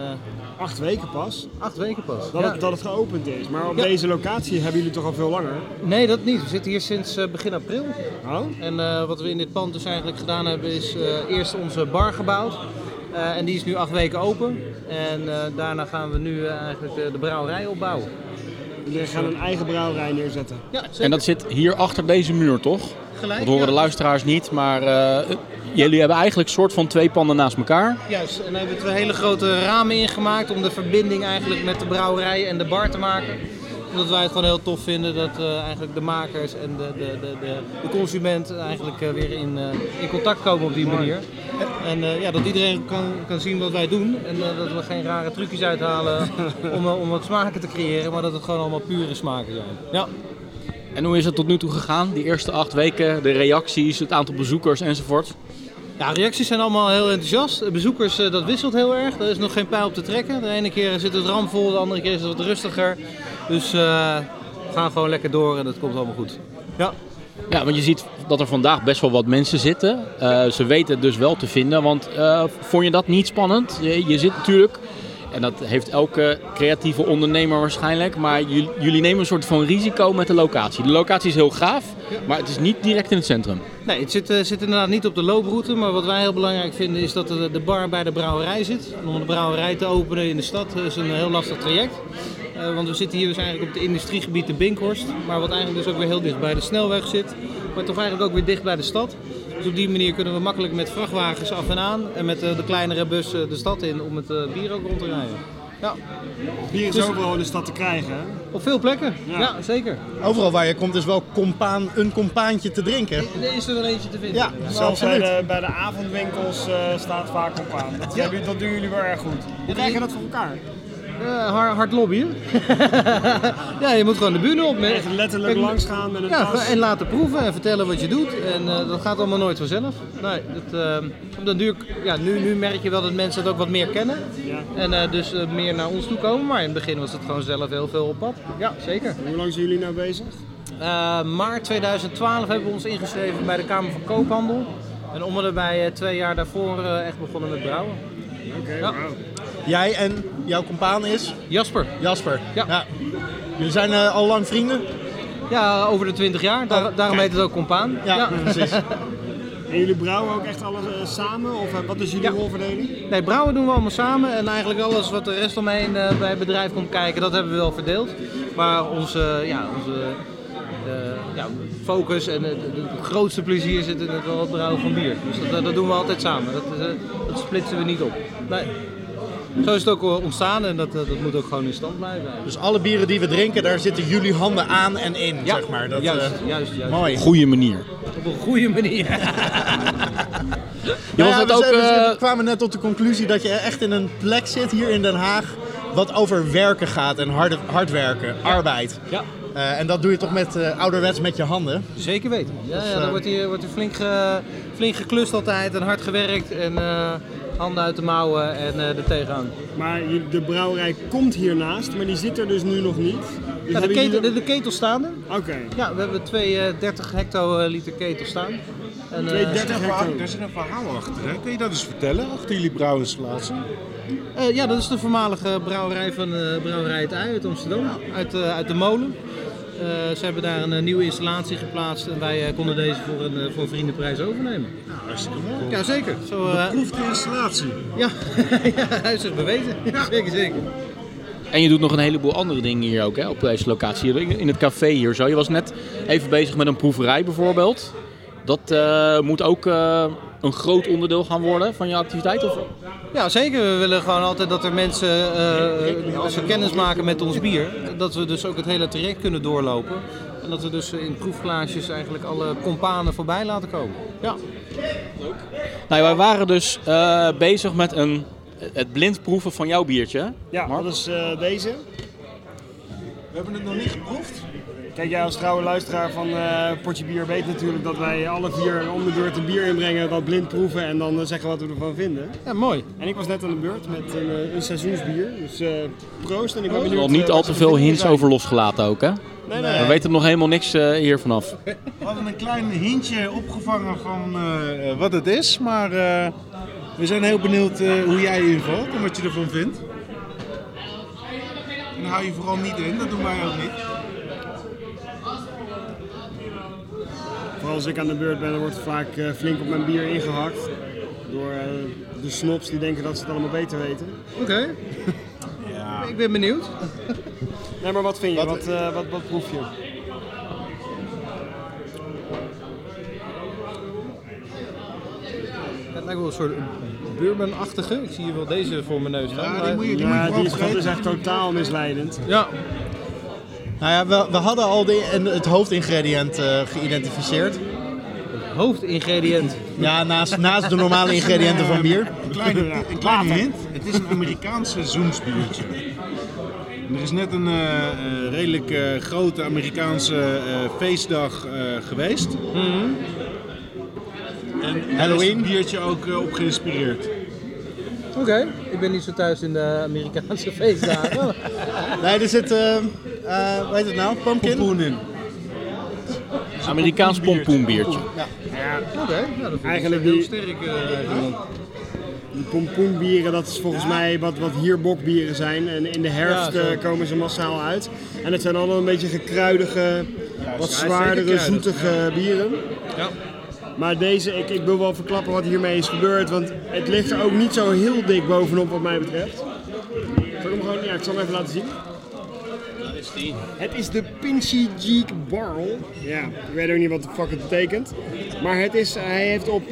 8 weken pas. 8 weken pas. Dat het geopend is. Maar op deze locatie hebben jullie toch al veel langer? Nee, dat niet. We zitten hier sinds begin april. Oh? En wat we in dit pand dus eigenlijk gedaan hebben is eerst onze bar gebouwd. En die is nu 8 weken open. En daarna gaan we nu eigenlijk de brouwerij opbouwen. Jullie gaan een eigen brouwerij neerzetten. Ja, zeker. En dat zit hier achter deze muur, toch? Gelijk, Dat horen ja. de luisteraars niet, maar jullie hebben eigenlijk een soort van 2 panden naast elkaar. Juist, en daar hebben we 2 hele grote ramen ingemaakt om de verbinding eigenlijk met de brouwerij en de bar te maken. Omdat wij het gewoon heel tof vinden dat eigenlijk de makers en de consument eigenlijk weer in contact komen op die manier. En ja, dat iedereen kan zien wat wij doen en dat we geen rare trucjes uithalen om wat smaken te creëren, maar dat het gewoon allemaal pure smaken zijn. Ja. En hoe is het tot nu toe gegaan? Die eerste 8 weken, de reacties, het aantal bezoekers enzovoort? Ja, reacties zijn allemaal heel enthousiast. De bezoekers, dat wisselt heel erg. Er is nog geen pijl op te trekken. De ene keer zit het ramvol, de andere keer is het wat rustiger. Dus we gaan gewoon lekker door en dat komt allemaal goed. Ja. Ja, want je ziet dat er vandaag best wel wat mensen zitten. Ze weten het dus wel te vinden, want vond je dat niet spannend? Je zit natuurlijk, en dat heeft elke creatieve ondernemer waarschijnlijk, maar jullie nemen een soort van risico met de locatie. De locatie is heel gaaf, maar het is niet direct in het centrum. Nee, het zit inderdaad niet op de looproute, maar wat wij heel belangrijk vinden is dat de bar bij de brouwerij zit. En om de brouwerij te openen in de stad is een heel lastig traject. Want we zitten hier dus eigenlijk op het industriegebied de Binkhorst, maar wat eigenlijk dus ook weer heel dicht bij de snelweg zit, maar toch eigenlijk ook weer dicht bij de stad. Dus op die manier kunnen we makkelijk met vrachtwagens af en aan en met de kleinere bus de stad in om het bier ook rond te rijden. Ja. Bier is overal in de stad te krijgen, hè? Op veel plekken, Ja. ja zeker. Overal waar je komt is wel een compaantje te drinken. Er is er wel eentje te vinden. Ja, Zelfs absoluut. bij de avondwinkels staat vaak op aan. Dat doen jullie wel erg goed. Hoe krijg je dat voor elkaar? Hard lobbyen. Ja, je moet gewoon de bühne op. Echt letterlijk Kijk, langs gaan met een ja, tas. en laten proeven en vertellen wat je doet. En dat gaat allemaal nooit vanzelf. Nee, op den duur, ja, nu merk je wel dat mensen het ook wat meer kennen. Ja. En dus meer naar ons toe komen. Maar in het begin was het gewoon zelf heel veel op pad. Ja, zeker. Hoe lang zijn jullie nou bezig? Maart 2012 hebben we ons ingeschreven bij de Kamer van Koophandel. En om en erbij 2 jaar daarvoor echt begonnen met brouwen. Oké, Ja. wauw. Jij en jouw compaan is Jasper. Jasper. Ja. Jullie zijn al lang vrienden? Ja, over de 20 jaar. Daarom heet het ook compaan. Ja, precies. En jullie brouwen ook echt alles samen? Of wat is jullie Ja. rolverdeling? Nee, brouwen doen we allemaal samen en eigenlijk alles wat de rest omheen bij het bedrijf komt kijken, dat hebben we wel verdeeld. Maar focus en het grootste plezier zit in het wel brouwen van bier. Dus dat doen we altijd samen. Dat splitsen we niet op. Nee. Zo is het ook ontstaan en dat moet ook gewoon in stand blijven. Dus alle bieren die we drinken, daar zitten jullie handen aan en in, Ja, zeg maar. Dat, juist. Mooi. Goeie manier. Op een goede manier. Je was net ook... we kwamen net tot de conclusie dat je echt in een plek zit hier in Den Haag wat over werken gaat en hard werken, arbeid. Ja. En dat doe je toch ouderwets met je handen? Zeker weten. Ja, dan wordt hier flink geklust altijd en hard gewerkt en handen uit de mouwen en er tegenaan. Maar de brouwerij komt hiernaast, maar die zit er dus nu nog niet. Dus Ja, hebben jullie de ketel staan er. Oké. Ja, we hebben 2 30 hectoliter ketel staan. En, 30 hectare. Daar zit een verhaal achter, hè? Kun je dat eens vertellen, achter jullie brouwinstallatie? ja, dat is de voormalige brouwerij van Brouwerij Het Ui uit Amsterdam, uit de molen. Ze hebben daar een nieuwe installatie geplaatst en wij konden deze voor een vriendenprijs overnemen. Nou, hartstikke mooi. Ja, zeker. Zo, Beproefde installatie. ja, hij heeft zich bewezen. Ja. Zeker. En je doet nog een heleboel andere dingen hier ook, hè, op deze locatie. In het café hier zo. Je was net even bezig met een proeverij bijvoorbeeld. Dat moet ook een groot onderdeel gaan worden van je activiteit? Of? Ja, zeker. We willen gewoon altijd dat er mensen, als ze kennis maken met ons bier, dat we dus ook het hele traject kunnen doorlopen. En dat we dus in proefglaasjes eigenlijk alle companen voorbij laten komen. Ja. Nou, wij waren dus bezig met het blind proeven van jouw biertje, hè? Ja, Mark? dat is deze. We hebben het nog niet geproefd. Kijk, jij als trouwe luisteraar van Potje Bier weet natuurlijk dat wij alle 4 om de beurt een bier inbrengen, wat blind proeven en dan zeggen wat we ervan vinden. Ja, mooi. En ik was net aan de beurt met een seizoensbier, dus proost. En ik ben Er benieuwd, wordt niet al wat te de veel bevindingen hints zijn. over losgelaten ook, hè? Nee. We weten nog helemaal niks hier vanaf. We hadden een klein hintje opgevangen van wat het is, maar we zijn heel benieuwd hoe jij invalt en wat je ervan vindt. En hou je vooral niet in, dat doen wij ook niet. Vooral als ik aan de beurt ben, dan wordt vaak flink op mijn bier ingehakt. Door de snobs die denken dat ze het allemaal beter weten. Oké. Ja. Ik ben benieuwd. Nee, maar wat vind je? Wat proef je? Het lijkt wel een soort bourbon-achtige. Ik zie hier wel deze voor mijn neus staan. Ja, die moet je Ja, vooral die is vergeten. echt totaal misleidend. Ja. Nou ja, we hadden al het hoofdingrediënt geïdentificeerd. Hoofdingrediënt. Ja, naast de normale ingrediënten van bier. Een kleine hint, het is een Amerikaanse zoemsbiertje. Er is net een redelijk grote Amerikaanse feestdag geweest. En Halloween. is het biertje ook op geïnspireerd. Oké. Ik ben niet zo thuis in de Amerikaanse feestdagen. Nee, er zit, hoe heet het nou? Pumpkin? Pompoen in. Amerikaans pompoenbiertje. Oké. Nou, dat vind ik Eigenlijk heel die- sterk. Die pompoenbieren, dat is volgens mij wat hier bokbieren zijn. En in de herfst Ja, zo. komen ze massaal uit. En het zijn allemaal een beetje gekruidige, wat zeker zwaardere, kruidig, zoetige bieren. Ja. Maar deze, ik wil wel verklappen wat hiermee is gebeurd, want het ligt er ook niet zo heel dik bovenop wat mij betreft. Zal ik hem gewoon, ja, ik zal hem even laten zien. Het is de Pinchy Geek Barrel. Ja, ik weet ook niet wat de fuck het betekent. Maar hij heeft op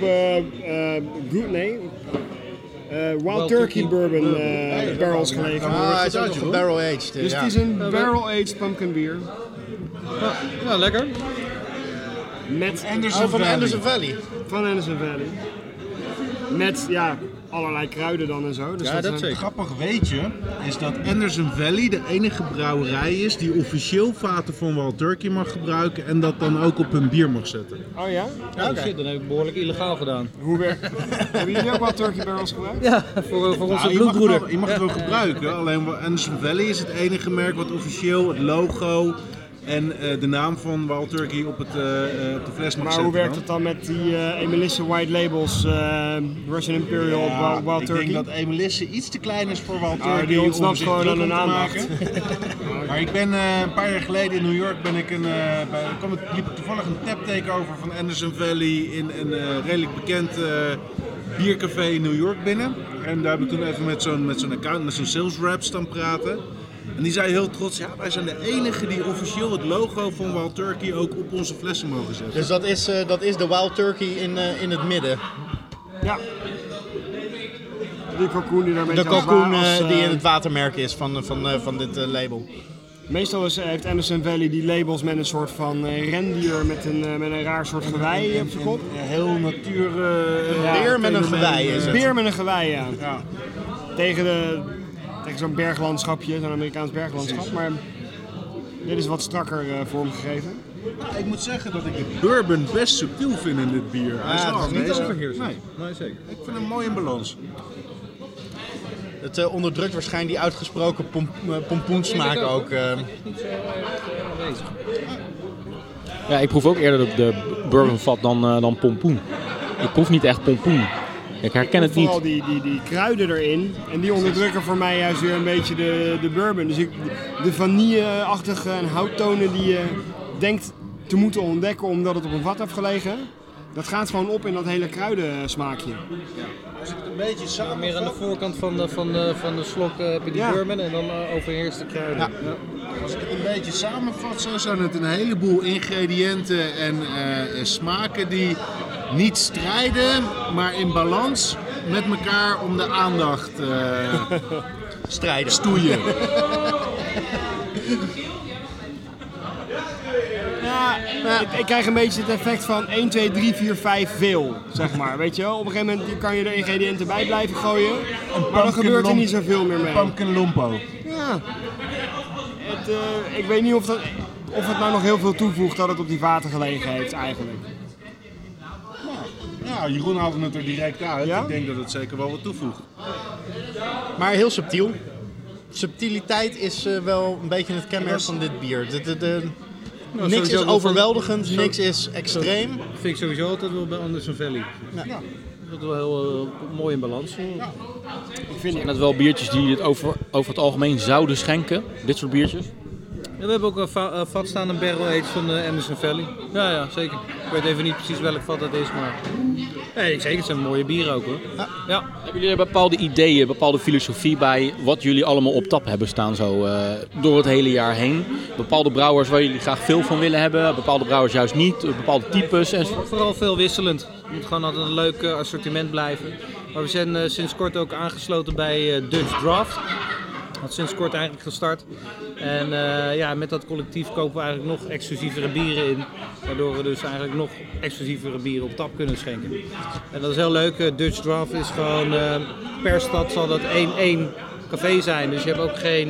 Wild Turkey Bourbon barrels gelegen. Ah, hij is ook nog barrel-aged. Dus het is een barrel-aged pumpkin bier. Ja, lekker. Met Anderson van Valley. Anderson Valley. van Anderson Valley. Met ja, allerlei kruiden dan en zo. Dus Ja, dat zijn- zeker. Grappig weetje is dat Anderson Valley de enige brouwerij is die officieel vaten van Wild Turkey mag gebruiken en dat dan ook op hun bier mag zetten. Oh ja? Ja, shit, dan heb ik behoorlijk illegaal gedaan. Hoe werkt Hebben jullie ook wel turkey barrels gebruikt? Ja, voor onze Nou, je mag het bloedbroeder. wel- je mag het wel gebruiken, alleen Anderson Valley is het enige merk wat officieel het logo en de naam van Wild Turkey op de fles mag Maar zetten. hoe werkt dan. het dan met die Emelisse White Labels, Russian Imperial, Ja, Wild ik Turkey? denk dat Emelisse iets te klein is voor Wild Ah, Turkey die ontsnapt om zich gewoon druk aan om hun te aandacht. maken. Maar ik ben een paar jaar geleden in New York liep ik toevallig een tap takeover van Anderson Valley in een redelijk bekend biercafé in New York binnen. En daar heb ik toen even met zo'n account, met zo'n sales rep staan praten. En die zei heel trots, ja, wij zijn de enige die officieel het logo van Wild Turkey ook op onze flessen mogen zetten. Dus dat is de Wild Turkey in het midden. Ja. Die kalkoen die daar een De beetje kalkoen als, die in het watermerk is van dit label. Meestal heeft Anderson Valley die labels met een soort van rendier met een raar soort gewei op zijn kop. Heel natuur... Beer met een gewei is het. Beer met een gewei, ja. Ja. Tegen zo'n berglandschapje, zo'n Amerikaans berglandschap. Maar dit is wat strakker vormgegeven. Ik moet zeggen dat ik de bourbon best subtiel vind in dit bier. Hij is Ja, wel het is niet aanwezig. overheersend. Nee, zeker. Ik vind hem mooi in balans. Het onderdrukt waarschijnlijk die uitgesproken pompoensmaak ook. Ja, ik proef ook eerder de bourbonvat dan pompoen. Ik proef niet echt pompoen. Ik herken het niet. Vooral die kruiden erin. En die onderdrukken voor mij juist weer een beetje de bourbon. Dus de vanille-achtige en houttonen die je denkt te moeten ontdekken omdat het op een vat heeft gelegen. Dat gaat gewoon op in dat hele kruidensmaakje. Als ik het een beetje samen... Meer aan de voorkant van de slok heb je die Ja. bourbon en dan overheerst de kruiden. Ja. Als ik het een beetje samenvat, zo zijn het een heleboel ingrediënten en smaken die niet strijden, maar in balans met elkaar om de aandacht Strijden. stoeien. Ja, ik krijg een beetje het effect van 1, 2, 3, 4, 5 veel, zeg maar. Weet je wel? Op een gegeven moment kan je de ingrediënten bij blijven gooien, maar dan gebeurt er niet zoveel meer mee. Pumpkin Lompo. Ja. Ik weet niet of het nou nog heel veel toevoegt dat het op die vaten gelegen heeft eigenlijk. Ja, Jeroen haalde het er direct uit. Ja? Ik denk dat het zeker wel wat toevoegt. Maar heel subtiel. Subtiliteit is wel een beetje het kenmerk van dit bier. Niks sowieso is wel overweldigend, van- niks is extreem. Dat vind ik sowieso altijd wel bij Anderson Valley. Ja. Dat is wel heel mooi in balans. Zijn dat wel biertjes die het over het algemeen zouden schenken? Dit soort biertjes? Ja, we hebben ook een vat staan, een barrel aged van Anderson Valley. Ja, zeker. Ik weet even niet precies welk vat dat is, maar... Nee, zeker. Het zijn mooie bieren ook hoor. Ja. Hebben jullie er bepaalde ideeën, bepaalde filosofie bij wat jullie allemaal op tap hebben staan zo door het hele jaar heen? Bepaalde brouwers waar jullie graag veel van willen hebben, bepaalde brouwers juist niet, bepaalde types en Vooral veel wisselend. Het moet gewoon altijd een leuk assortiment blijven. Maar we zijn sinds kort ook aangesloten bij Dutch Draft. Dat is sinds kort eigenlijk gestart. En met dat collectief kopen we eigenlijk nog exclusievere bieren in. Waardoor we dus eigenlijk nog exclusievere bieren op tap kunnen schenken. En dat is heel leuk. Dutch Draft is gewoon per stad zal dat één café zijn. Dus je hebt ook geen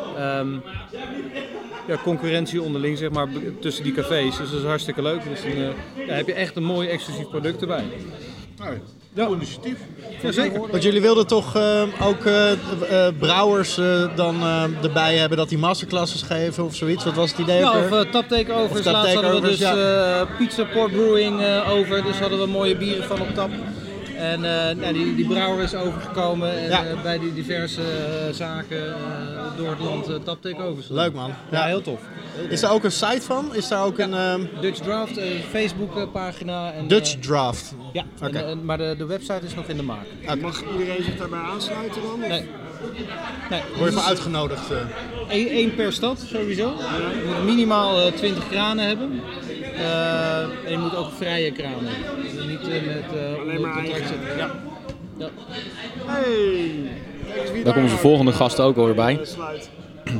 concurrentie onderling zeg maar, tussen die cafés. Dus dat is hartstikke leuk. Dus dan heb je echt een mooi exclusief product erbij. Cool initiatief. Jazeker. Want jullie wilden toch ook brouwers dan erbij hebben dat die masterclasses geven of zoiets? Wat was het idee? ook Ja, weer? of tap takeovers. Of tap Laatst hadden we dus takeovers, pizza port brewing over. Dus hadden we mooie bieren van op tap. En die brouwer is overgekomen en, Ja. bij die diverse zaken door het land tap takeovers. Leuk man. Ja, heel tof. Is daar ook een site van? Is daar ook een Dutch Draft, Facebook pagina. En, Dutch Draft? ja, Oké. maar de website is nog in de maak. Mag iedereen zich daarbij aansluiten dan? Nee. Word je voor uitgenodigd? Eén per stad sowieso. Je moet minimaal 20 kranen hebben. En je moet ook vrije kranen hebben. Dus niet met Alleen maar contract eigen. zitten. Ja. Ja. Hey! Kijk eens wie Daar komt onze volgende gast ook alweer bij. sluit.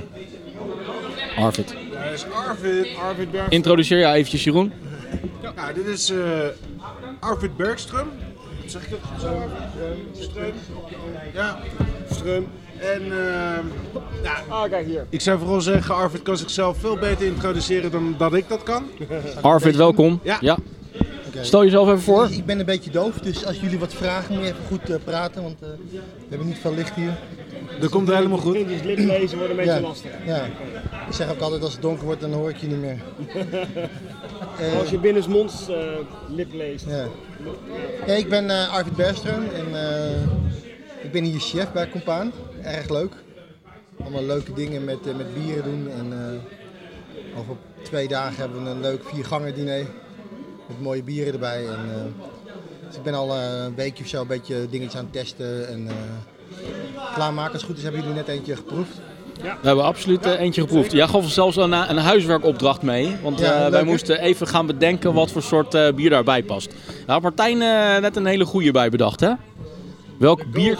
Arvid. Daar is Arvid. Arvid Berg. Introduceer jou eventjes Jeroen. Ja, dit is Arvid Bergström. Zeg ik het zo? Ström. Ja. Ström. En Kijk hier. ik zou vooral zeggen, Arvid kan zichzelf veel beter introduceren dan dat ik dat kan. Arvid, welkom. Ja. Stel jezelf even voor. Ik ben een beetje doof, dus als jullie wat vragen moet je even goed praten, want we hebben niet veel licht hier. Dat komt helemaal goed. Dus liplezen wordt een beetje lastig. Ja. Ik zeg ook altijd als het donker wordt, dan hoor ik je niet meer. Als je binnensmonds lip leest. Ja. Ja, ik ben Arvid Bergström en ik ben hier chef bij Compaan. Erg leuk. Allemaal leuke dingen met bieren doen en over 2 dagen hebben we een leuk 4-ganger diner. Met mooie bieren erbij. Dus ik ben al een weekje of zo een beetje dingetjes aan het testen en klaarmaken. Als het goed is hebben jullie net eentje geproefd. We hebben absoluut eentje geproefd. Jij gaf ons zelfs een huiswerkopdracht mee. Want wij moesten even gaan bedenken wat voor soort bier daarbij past. Daar had Martijn net een hele goede bij bedacht, hè? Welk bier?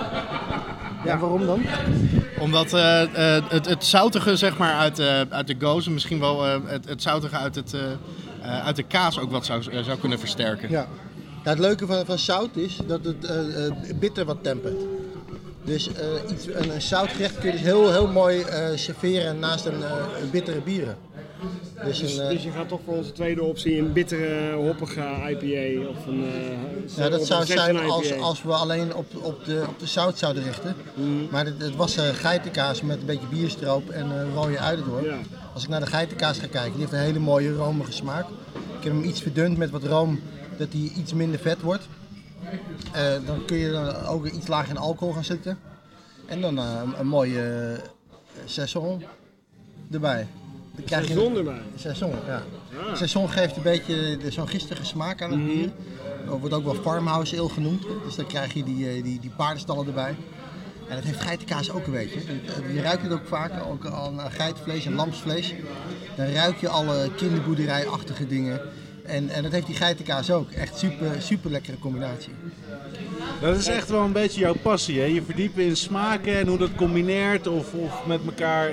Ja, waarom dan? Omdat het zoutige zeg maar, uit de gozen, misschien wel het zoutige uit de kaas ook wat zou kunnen versterken. Ja. Ja, het leuke van zout is dat het bitter wat tempert. Dus een zoutgerecht kun je dus heel mooi serveren naast een bittere bieren. Dus je gaat toch voor onze tweede optie een bittere, hoppige IPA of een... ja, dat zou zijn als we alleen op de zout zouden richten. Maar het was geitenkaas met een beetje bierstroop en rode ui erdoor. Ja. Als ik naar de geitenkaas ga kijken, die heeft een hele mooie romige smaak. Ik heb hem iets verdund met wat room, dat hij iets minder vet wordt. Dan kun je dan ook iets lager in alcohol gaan zitten. En dan een mooie saison erbij. Saison erbij? Saison, ja. Saison geeft een beetje zo'n gistige smaak aan het bier. Dat wordt ook wel farmhouse ale genoemd. Dus dan krijg je die paardenstallen erbij. En dat heeft geitenkaas ook een beetje. Je ruikt het ook vaak, ook aan geitenvlees en lamsvlees. Dan ruik je alle kinderboerderijachtige dingen. En dat heeft die geitenkaas ook. Echt super lekkere combinatie. Dat is echt wel een beetje jouw passie, hè? Je verdiepen in smaken en hoe dat combineert of met elkaar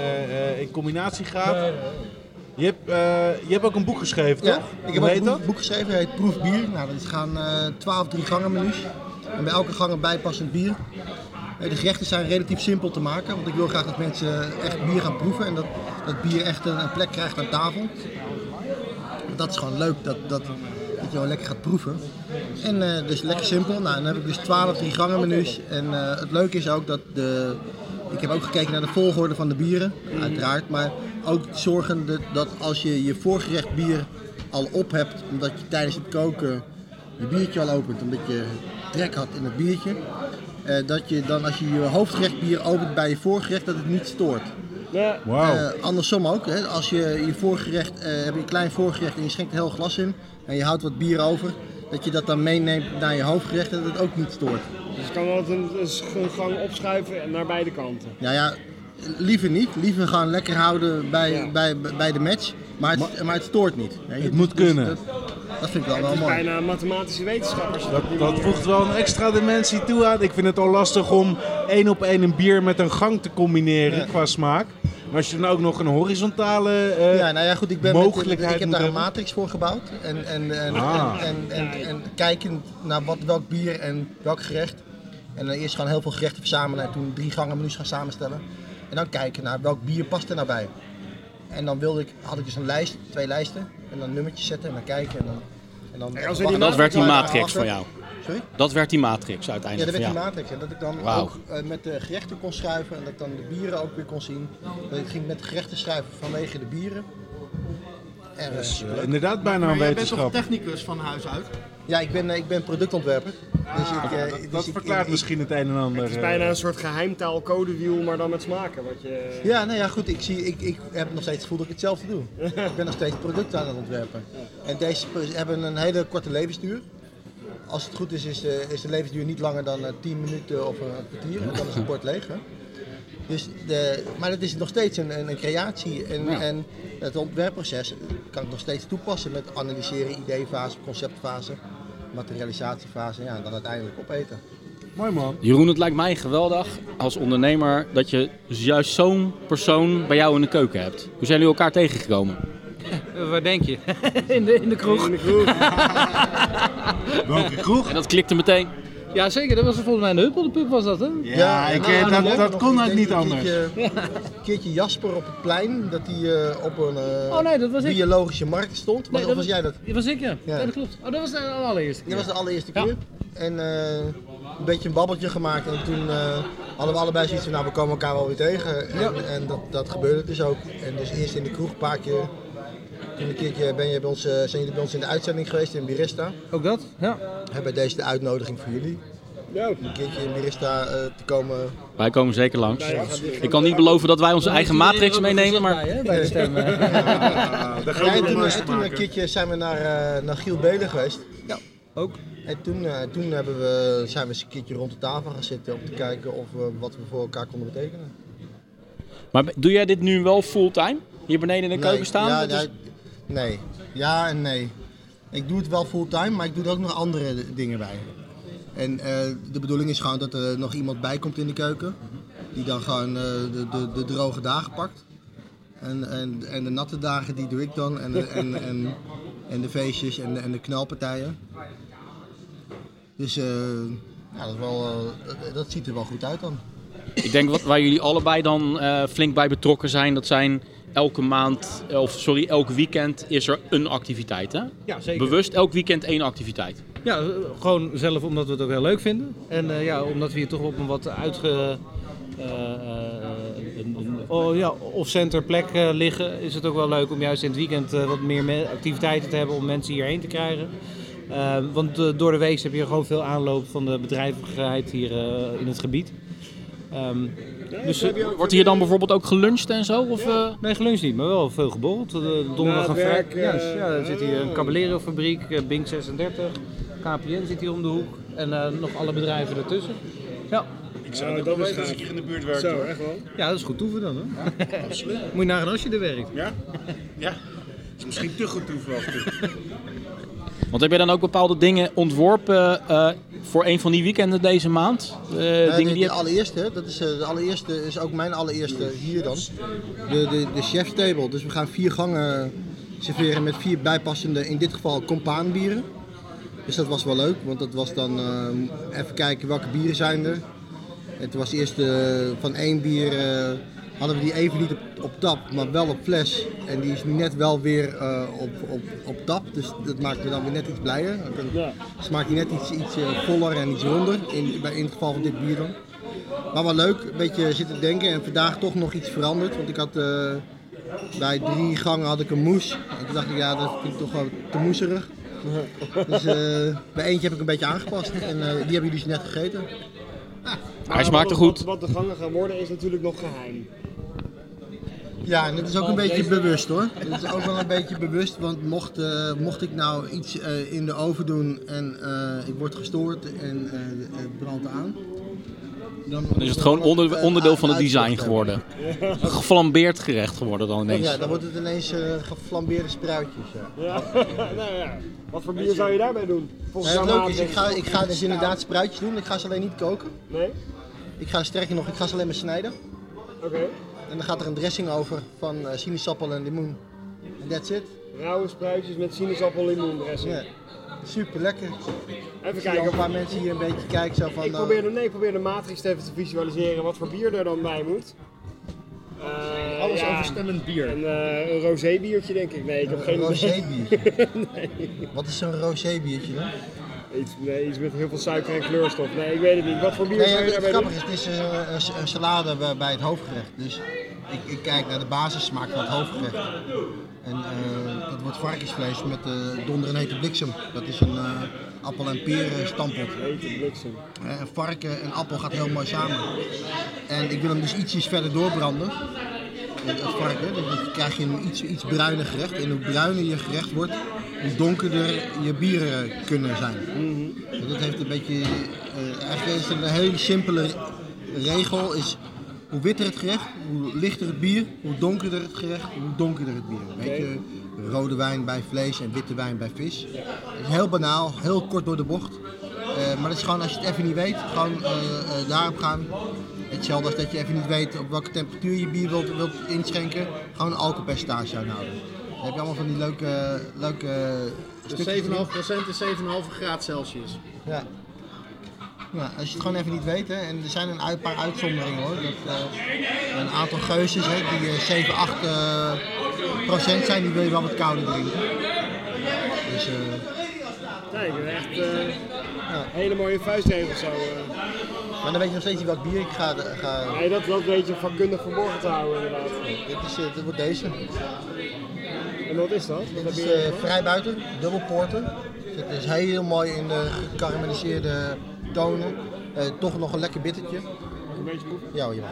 in combinatie gaat. Je hebt ook een boek geschreven, ja, toch? Ik heb ook een boek geschreven, het heet Proef Bier. Nou, dat gaan 12 3-gangen menus. En bij elke gang een bijpassend bier. De gerechten zijn relatief simpel te maken, want ik wil graag dat mensen echt bier gaan proeven en dat bier echt een plek krijgt aan tafel. Dat is gewoon leuk, dat je wel lekker gaat proeven. En dus lekker simpel. Nou, dan heb ik dus 12 3-gangen menus. En het leuke is ook dat ik heb ook gekeken naar de volgorde van de bieren, uiteraard. Maar ook zorgen dat als je je voorgerecht bier al op hebt, omdat je tijdens het koken je biertje al opent, omdat je trek had in het biertje. Dat je dan als je je hoofdgerecht bier opent bij je voorgerecht, dat het niet stoort. Ja. Wow. Andersom ook, hè. Als je voorgerecht, heb je een klein voorgerecht en je schenkt een heel glas in en je houdt wat bier over, dat je dat dan meeneemt naar je hoofdgerecht en dat het ook niet stoort. Dus je kan altijd een gang opschuiven naar beide kanten. Ja, liever niet. Liever gaan lekker houden bij de match, maar het stoort niet. Het moet kunnen. Dat vind ik wel mooi. Het is bijna mathematische wetenschappers. Dat voegt wel een extra dimensie toe aan. Ik vind het al lastig om 1 op 1 een bier met een gang te combineren qua smaak. Maar als je dan ook nog een horizontale mogelijkheid ik heb daar een matrix voor gebouwd. En kijken naar welk bier en welk gerecht. En dan eerst gewoon heel veel gerechten verzamelen en toen 3-gangen menus gaan samenstellen. En dan kijken naar welk bier past er nou bij. En dan had ik dus een lijst, 2 lijsten. En dan nummertjes zetten en dan kijken. Dat werd die matrix voor jou? Sorry? Dat werd die matrix uiteindelijk. Ja, dat werd die matrix. En dat ik dan ook met de gerechten kon schuiven en dat ik dan de bieren ook weer kon zien. Dat ik ging met gerechten schuiven vanwege de bieren. En, inderdaad bijna een wetenschap. Jij bent toch technicus van huis uit? Ja, ik ben productontwerper. Dat verklaart misschien het een en ander. Het is bijna een soort geheimtaal codewiel, maar dan met smaken. Ja, nou ja, goed. Ik heb nog steeds het gevoel dat ik hetzelfde doe. Ik ben nog steeds producten aan het ontwerpen. En deze hebben een hele korte levensduur. Als het goed is de levensduur niet langer dan 10 minuten of een kwartier. Dan is het bord leeg. Hè? Dus maar het is nog steeds een creatie. En het ontwerpproces kan ik nog steeds toepassen met analyseren, ideefase, conceptfase, materialisatiefase en dan uiteindelijk opeten. Mooi man. Jeroen, het lijkt mij geweldig als ondernemer dat je juist zo'n persoon bij jou in de keuken hebt. Hoe zijn jullie elkaar tegengekomen? Waar denk je? in de kroeg. In de kroeg. Welke kroeg? En dat klikte meteen. Ja, zeker. Dat was volgens mij een Huppel de Pub was dat, hè? Dat kon ook niet anders. Een keertje Jasper op het plein, dat hij op een biologische markt stond. Of was jij dat? Dat was ik, ja. Ja, dat klopt. Oh, dat was de allereerste keer. Dat was de allereerste keer. En een beetje een babbeltje gemaakt en toen hadden we allebei zoiets van, nou we komen elkaar wel weer tegen. En dat gebeurde dus ook. En dus eerst in de kroeg een paar keer. Toen een keertje zijn jullie bij ons in de uitzending geweest in Birista. Ook dat? Ja. Bij deze de uitnodiging voor jullie. Ja. Een keertje in Birista te komen. Wij komen zeker langs. Ik kan niet beloven dat wij onze eigen matrix meenemen, maar... Bij de stem. Toen een keertje zijn we naar Giel Belen geweest. Ja, ook. En toen zijn we eens een keertje rond de tafel gaan zitten om te kijken wat we voor elkaar konden betekenen. Maar doe jij dit nu wel fulltime? Hier beneden in de keuken staan? Nee. Ja en nee. Ik doe het wel fulltime, maar ik doe er ook nog andere dingen bij. En de bedoeling is gewoon dat er nog iemand bij komt in de keuken. Die dan gewoon de droge dagen pakt. En de natte dagen die doe ik dan. En de feestjes en de knalpartijen. Dus dat is wel, dat ziet er wel goed uit dan. Ik denk waar jullie allebei dan flink bij betrokken zijn, dat zijn elk weekend is er een activiteit, hè? Ja, zeker. Bewust elk weekend 1 activiteit. Ja, gewoon zelf omdat we het ook heel leuk vinden. En omdat we hier toch op een wat off-center plek liggen, is het ook wel leuk om juist in het weekend wat meer activiteiten te hebben om mensen hierheen te krijgen. Want door de week heb je gewoon veel aanloop van de bedrijvigheid hier in het gebied. Dus wordt hier dan bijvoorbeeld ook geluncht en zo? Of, Nee, geluncht niet, maar wel veel geborreld. Donderdag en vrijdag. Er zit hier een Caballero fabriek, Bink 36, KPN zit hier om de hoek en nog alle bedrijven ertussen. Ja. Ik zou het wel weten als ik hier in de buurt werk. Zo, echt wel? Ja, dat is goed toeven dan, hè? Ja, absoluut. Moet je nagaan als je er werkt. Ja? Ja. Het is misschien te goed toeven af en toe. Want heb jij dan ook bepaalde dingen ontworpen voor een van die weekenden deze maand? De allereerste is ook mijn allereerste hier dan. De chef's table. Dus we gaan 4 gangen serveren met 4 bijpassende, in dit geval compaanbieren. Dus dat was wel leuk, want dat was dan even kijken welke bieren zijn er. Het was eerst van 1 bier hadden we die even niet op tap, maar wel op fles. En die is nu net wel weer op tap, dus dat maakt me dan weer net iets blijer. Dan smaakt die net iets voller en iets ronder, in het geval van dit bier dan. Maar wel leuk, een beetje zitten denken en vandaag toch nog iets veranderd. Want ik had bij 3 gangen had ik een mousse. En toen dacht ik, ja, dat vind ik toch wel te moeserig. Dus bij eentje heb ik een beetje aangepast en die hebben jullie dus net gegeten. Hij smaakte goed. Wat de gangen gaan worden is natuurlijk nog geheim. Ja, en dat is ook een beetje bewust hoor. Dat is ook wel een beetje bewust, want mocht ik nou iets in de oven doen en ik word gestoord en het brandt aan. Dan is het gewoon onderdeel van het design geworden. Een geflambeerd gerecht geworden dan ineens. Ja, dan wordt het ineens geflambeerde spruitjes. Ja. Nou ja, wat voor bier zou je daarbij doen? Het leuke is, ik ga dus inderdaad spruitjes doen. Ik ga ze alleen niet koken. Nee? Ik ga ze alleen maar snijden. Oké. En dan gaat er een dressing over van sinaasappel en limoen. En that's it. Rauwe spruitjes met sinaasappel en limoen dressing. Ja. Super lekker. Even kijken. Een paar mensen hier een beetje kijken zo van... Ik probeer de matrix even te visualiseren wat voor bier er dan bij moet. Alles overstemmend bier. Een rosé biertje denk ik. Nee, ik heb geen idee. Rosé biertje? Nee. Wat is zo'n rosé biertje dan? Iets met heel veel suiker en kleurstof. Nee, ik weet het niet. Wat voor bier zou je daarbij doen? Het is een salade bij het hoofdgerecht. Dus ik kijk naar de basissmaak van het hoofdgerecht. En dat wordt varkensvlees met donder en hete bliksem. Dat is een appel- en peren stampot. Hete bliksem. Een varken en appel gaat heel mooi samen. En ik wil hem dus ietsjes verder doorbranden. Het varken, dan krijg je een iets bruiner gerecht. En hoe bruiner je gerecht wordt, hoe donkerder je bieren kunnen zijn. Dat heeft een beetje, eigenlijk is het een hele simpele regel. Is hoe witter het gerecht, hoe lichter het bier, hoe donkerder het gerecht, hoe donkerder het bier. Weet je, rode wijn bij vlees en witte wijn bij vis. Het is heel banaal, heel kort door de bocht. Maar dat is gewoon als je het even niet weet, gewoon daarop gaan. Hetzelfde als dat je even niet weet op welke temperatuur je bier wilt inschenken. Gewoon een alcoholpercentage aanhouden. Dan heb je allemaal van die leuke Dus 7,5% is 7,5 graad Celsius. Ja. Ja, als je het gewoon even niet weet, hè, en er zijn een paar uitzonderingen hoor. Dat, een aantal geuzes hè, die 7, 8% zijn, die wil je wel wat kouder drinken. Dus, Kijk, echt hele mooie vuistregels zo. Maar dan weet je nog steeds niet welk bier ik ga... Nee, dat weet je vakkundig verborgen te houden inderdaad. Dit wordt deze. En wat is dat? Dit is Vrijbuiter, dubbel porter. Het is heel mooi in de gekarameliseerde tonen. Toch nog een lekker bittertje. Een beetje proeven? Ja, je mag.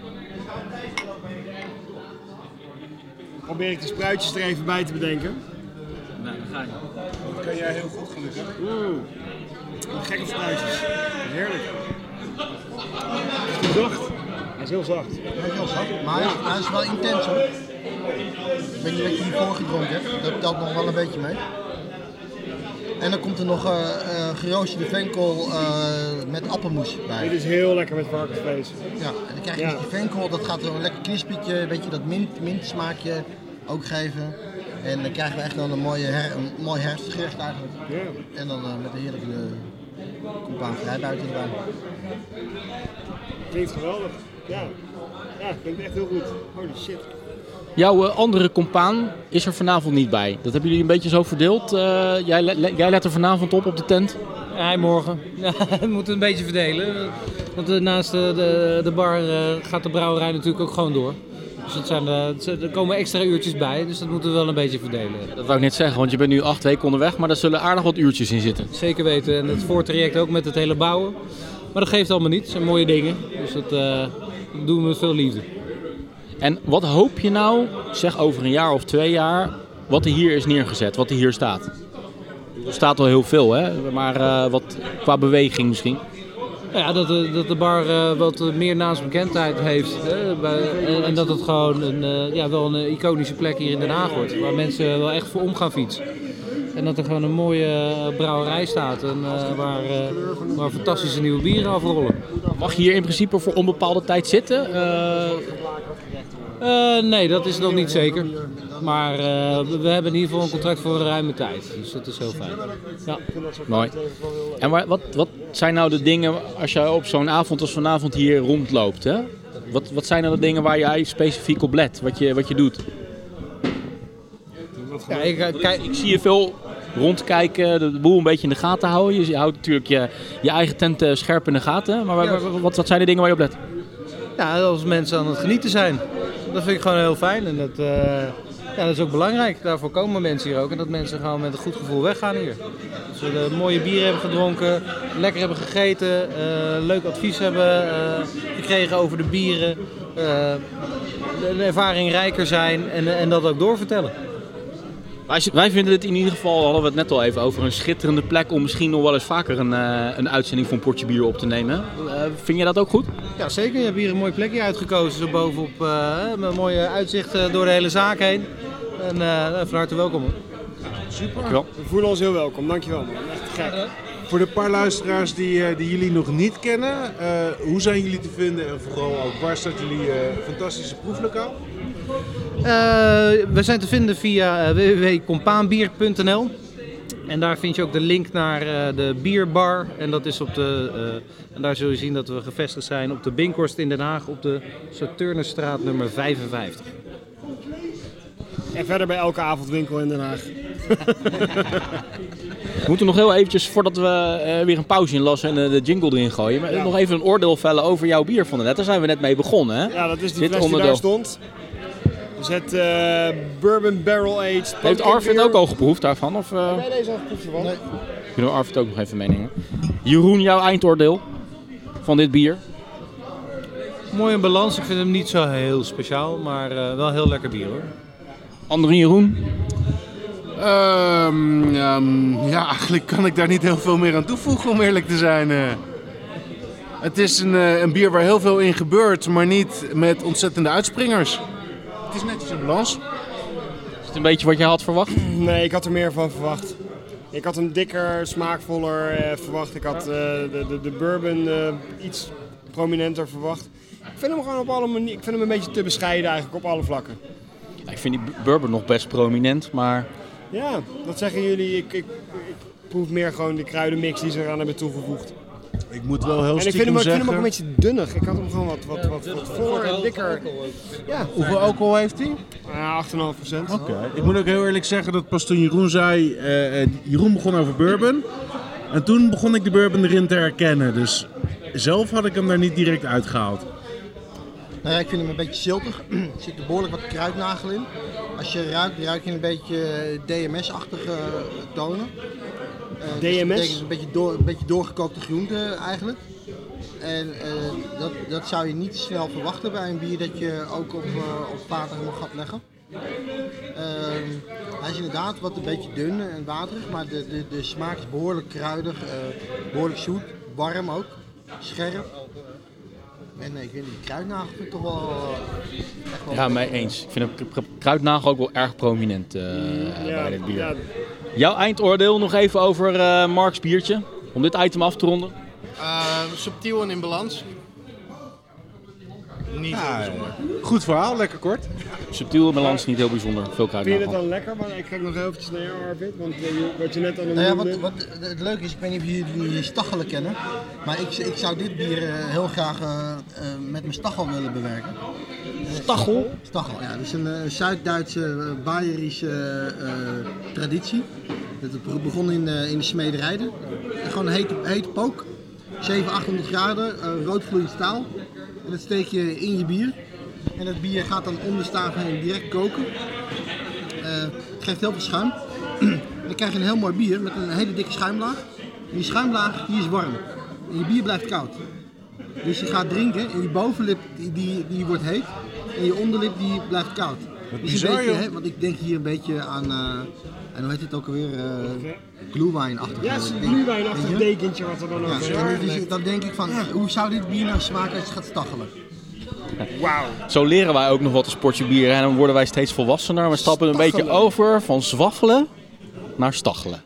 Probeer ik de spruitjes er even bij te bedenken. Nou, dat ga je. Dat kan jij heel goed gelukkig. Gekke spruitjes. Heerlijk. Zacht. Hij is heel zacht. Hij is heel zacht, maar hij is wel intens hoor. Ik weet niet wat je hiervoor gedronken hebt, dat telt nog wel een beetje mee. En dan komt er nog geroosterde venkel met appelmoes bij. Dit is heel lekker met varkensvlees. Ja, en dan krijg je dus die venkel, dat gaat een lekker knispetje, weet je, dat mint smaakje ook geven. En dan krijgen we echt wel een mooi herfstgerecht eigenlijk. Ja. En dan met een heerlijke compaan vrijbuiten erbij. Klinkt geweldig. Ja, klinkt echt heel goed. Holy shit. Jouw andere compaan is er vanavond niet bij. Dat hebben jullie een beetje zo verdeeld. Jij let er vanavond op de tent. Hij morgen. Ja, we moeten een beetje verdelen. Want naast de bar gaat de brouwerij natuurlijk ook gewoon door. Dus er komen extra uurtjes bij, dus dat moeten we wel een beetje verdelen. Dat wou ik net zeggen, want je bent nu 8 weken onderweg, maar daar zullen aardig wat uurtjes in zitten. Zeker weten. En het voortraject ook met het hele bouwen. Maar dat geeft allemaal niet. Het zijn mooie dingen. Dus dat doen we met veel liefde. En wat hoop je nou, zeg over een jaar of 2 jaar, wat er hier is neergezet, wat er hier staat? Er staat al heel veel, hè? Maar wat qua beweging misschien? Ja, dat de bar wat meer naamsbekendheid heeft. En dat het gewoon wel een iconische plek hier in Den Haag wordt. Waar mensen wel echt voor om gaan fietsen. En dat er gewoon een mooie brouwerij staat. En waar fantastische nieuwe bieren afrollen. Mag je hier in principe voor onbepaalde tijd zitten? Nee, dat is nog niet zeker. Maar we hebben in ieder geval een contract voor een ruime tijd. Dus dat is heel fijn. Ja. Mooi. En wat zijn nou de dingen als je op zo'n avond als vanavond hier rondloopt? Hè? Wat zijn nou de dingen waar jij specifiek op let? Wat je doet? Ja, ik zie je veel rondkijken, de boel een beetje in de gaten houden. Je houdt natuurlijk je eigen tent scherp in de gaten. Maar wat zijn de dingen waar je op let? Ja, als mensen aan het genieten zijn. Dat vind ik gewoon heel fijn. En dat is ook belangrijk. Daarvoor komen mensen hier ook. En dat mensen gewoon met een goed gevoel weggaan hier. Dat ze mooie bieren hebben gedronken, lekker hebben gegeten, leuk advies hebben gekregen over de bieren. De ervaring rijker zijn en dat ook doorvertellen. Wij vinden het in ieder geval, hadden we het net al even over, een schitterende plek om misschien nog wel eens vaker een uitzending van Potje Bier op te nemen. Vind je dat ook goed? Ja, zeker. Je hebt hier een mooi plekje uitgekozen, zo bovenop, met een mooi uitzicht door de hele zaak heen. En van harte welkom. Super. Dankjewel. We voelen ons heel welkom. Dankjewel man. Echt gek. Voor de paar luisteraars die jullie nog niet kennen, hoe zijn jullie te vinden en vooral ook waar staat jullie fantastische proeflokaal? We zijn te vinden via www.compaanbier.nl en daar vind je ook de link naar de bierbar. En dat is en daar zul je zien dat we gevestigd zijn op de Binkhorst in Den Haag op de Saturnusstraat nummer 55. En verder bij elke avondwinkel in Den Haag. We moeten nog heel eventjes, voordat we weer een pauze inlassen en de jingle erin gooien, maar nog even een oordeel vellen over jouw bier van net. Daar zijn we net mee begonnen, hè? Ja, dat is die fles die daar stond. Dus het Bourbon Barrel Aged. Heeft Arvid ook al geproefd daarvan? Of, Heb jij deze al geproefd ervan? Nee. Kunnen we Arvid ook nog even meenemen? Jeroen, jouw eindoordeel van dit bier? Mooi in balans. Ik vind hem niet zo heel speciaal, maar wel heel lekker bier hoor. Andere Jeroen? Ja, eigenlijk kan ik daar niet heel veel meer aan toevoegen om eerlijk te zijn. Het is een bier waar heel veel in gebeurt, maar niet met ontzettende uitspringers. Het is netjes in balans. Is het een beetje wat je had verwacht? Nee, ik had er meer van verwacht. Ik had hem dikker, smaakvoller verwacht. Ik had de bourbon iets prominenter verwacht. Ik vind hem gewoon op alle manieren. Ik vind hem een beetje te bescheiden eigenlijk op alle vlakken. Ja, ik vind die bourbon nog best prominent, maar... Ja, dat zeggen jullie. Ik proef meer gewoon de kruidenmix die ze eraan hebben toegevoegd. Ik moet wel heel en ik stiekem vind hem ook een beetje dunnig. Ik had hem gewoon wat voller en dikker. Ja. Hoeveel alcohol heeft hij? 8,5%. Oké. Ik moet ook heel eerlijk zeggen dat pas toen Jeroen zei... Jeroen begon over bourbon. En toen begon ik de bourbon erin te herkennen. Dus zelf had ik hem daar niet direct uitgehaald. Nou ja, ik vind hem een beetje ziltig. Er zit er behoorlijk wat kruidnagel in. Als je ruik je een beetje DMS-achtige tonen. DMS? Dat betekent een beetje doorgekookte groente eigenlijk. En dat zou je niet snel verwachten bij een bier dat je ook op water nog gaat leggen. Hij is inderdaad wat een beetje dun en waterig, maar de smaak is behoorlijk kruidig, behoorlijk zoet, warm ook, scherp. En ik vind die kruidnagel vind ik toch wel echt wel... Ja, mee eens. Ik vind de kruidnagel ook wel erg prominent bij dit bier. Ja, Jouw eindoordeel nog even over Mark's biertje. Om dit item af te ronden. Subtiel en in balans. Niet heel bijzonder. Goed verhaal, lekker kort. Subtiel in balans, niet heel bijzonder. Veel vind je het kruidnagel. dan lekker? Maar ik kijk nog eventjes naar jou, Arvid. Want wat je net aan het Nou ja, noemde... wat het leuke is, ik weet niet of jullie die Stachelen kennen, maar ik zou dit bier heel graag met mijn Stachel willen bewerken. Stachel? Stachel, ja. Dat is een Zuid-Duitse, Bayerische traditie. Dat begon in de smederij. Gewoon een hete pook, 700-800 graden, roodvloeiend staal. En dat steek je in je bier. En dat bier gaat dan om de staaf heen direct koken. Het geeft heel veel schuim. En dan krijg je een heel mooi bier met een hele dikke schuimlaag. En die schuimlaag die is warm. En je bier blijft koud. Dus je gaat drinken en je bovenlip die wordt heet. En je onderlip die blijft koud. Dus bizar, een beetje, joh. hè, want ik denk hier een beetje aan... en hoe heet het ook alweer? Glühwein-achtig. Ja, het is een ding. glühwein-achtig Weet je? dekentje wat er dan Ja, over en dus dan denk ik van, hoe zou dit bier nou smaken als je gaat stachelen? Wauw. Zo leren wij ook nog wat een sportje bier. En dan worden wij steeds volwassener. We stappen een beetje over van zwaffelen naar stachelen.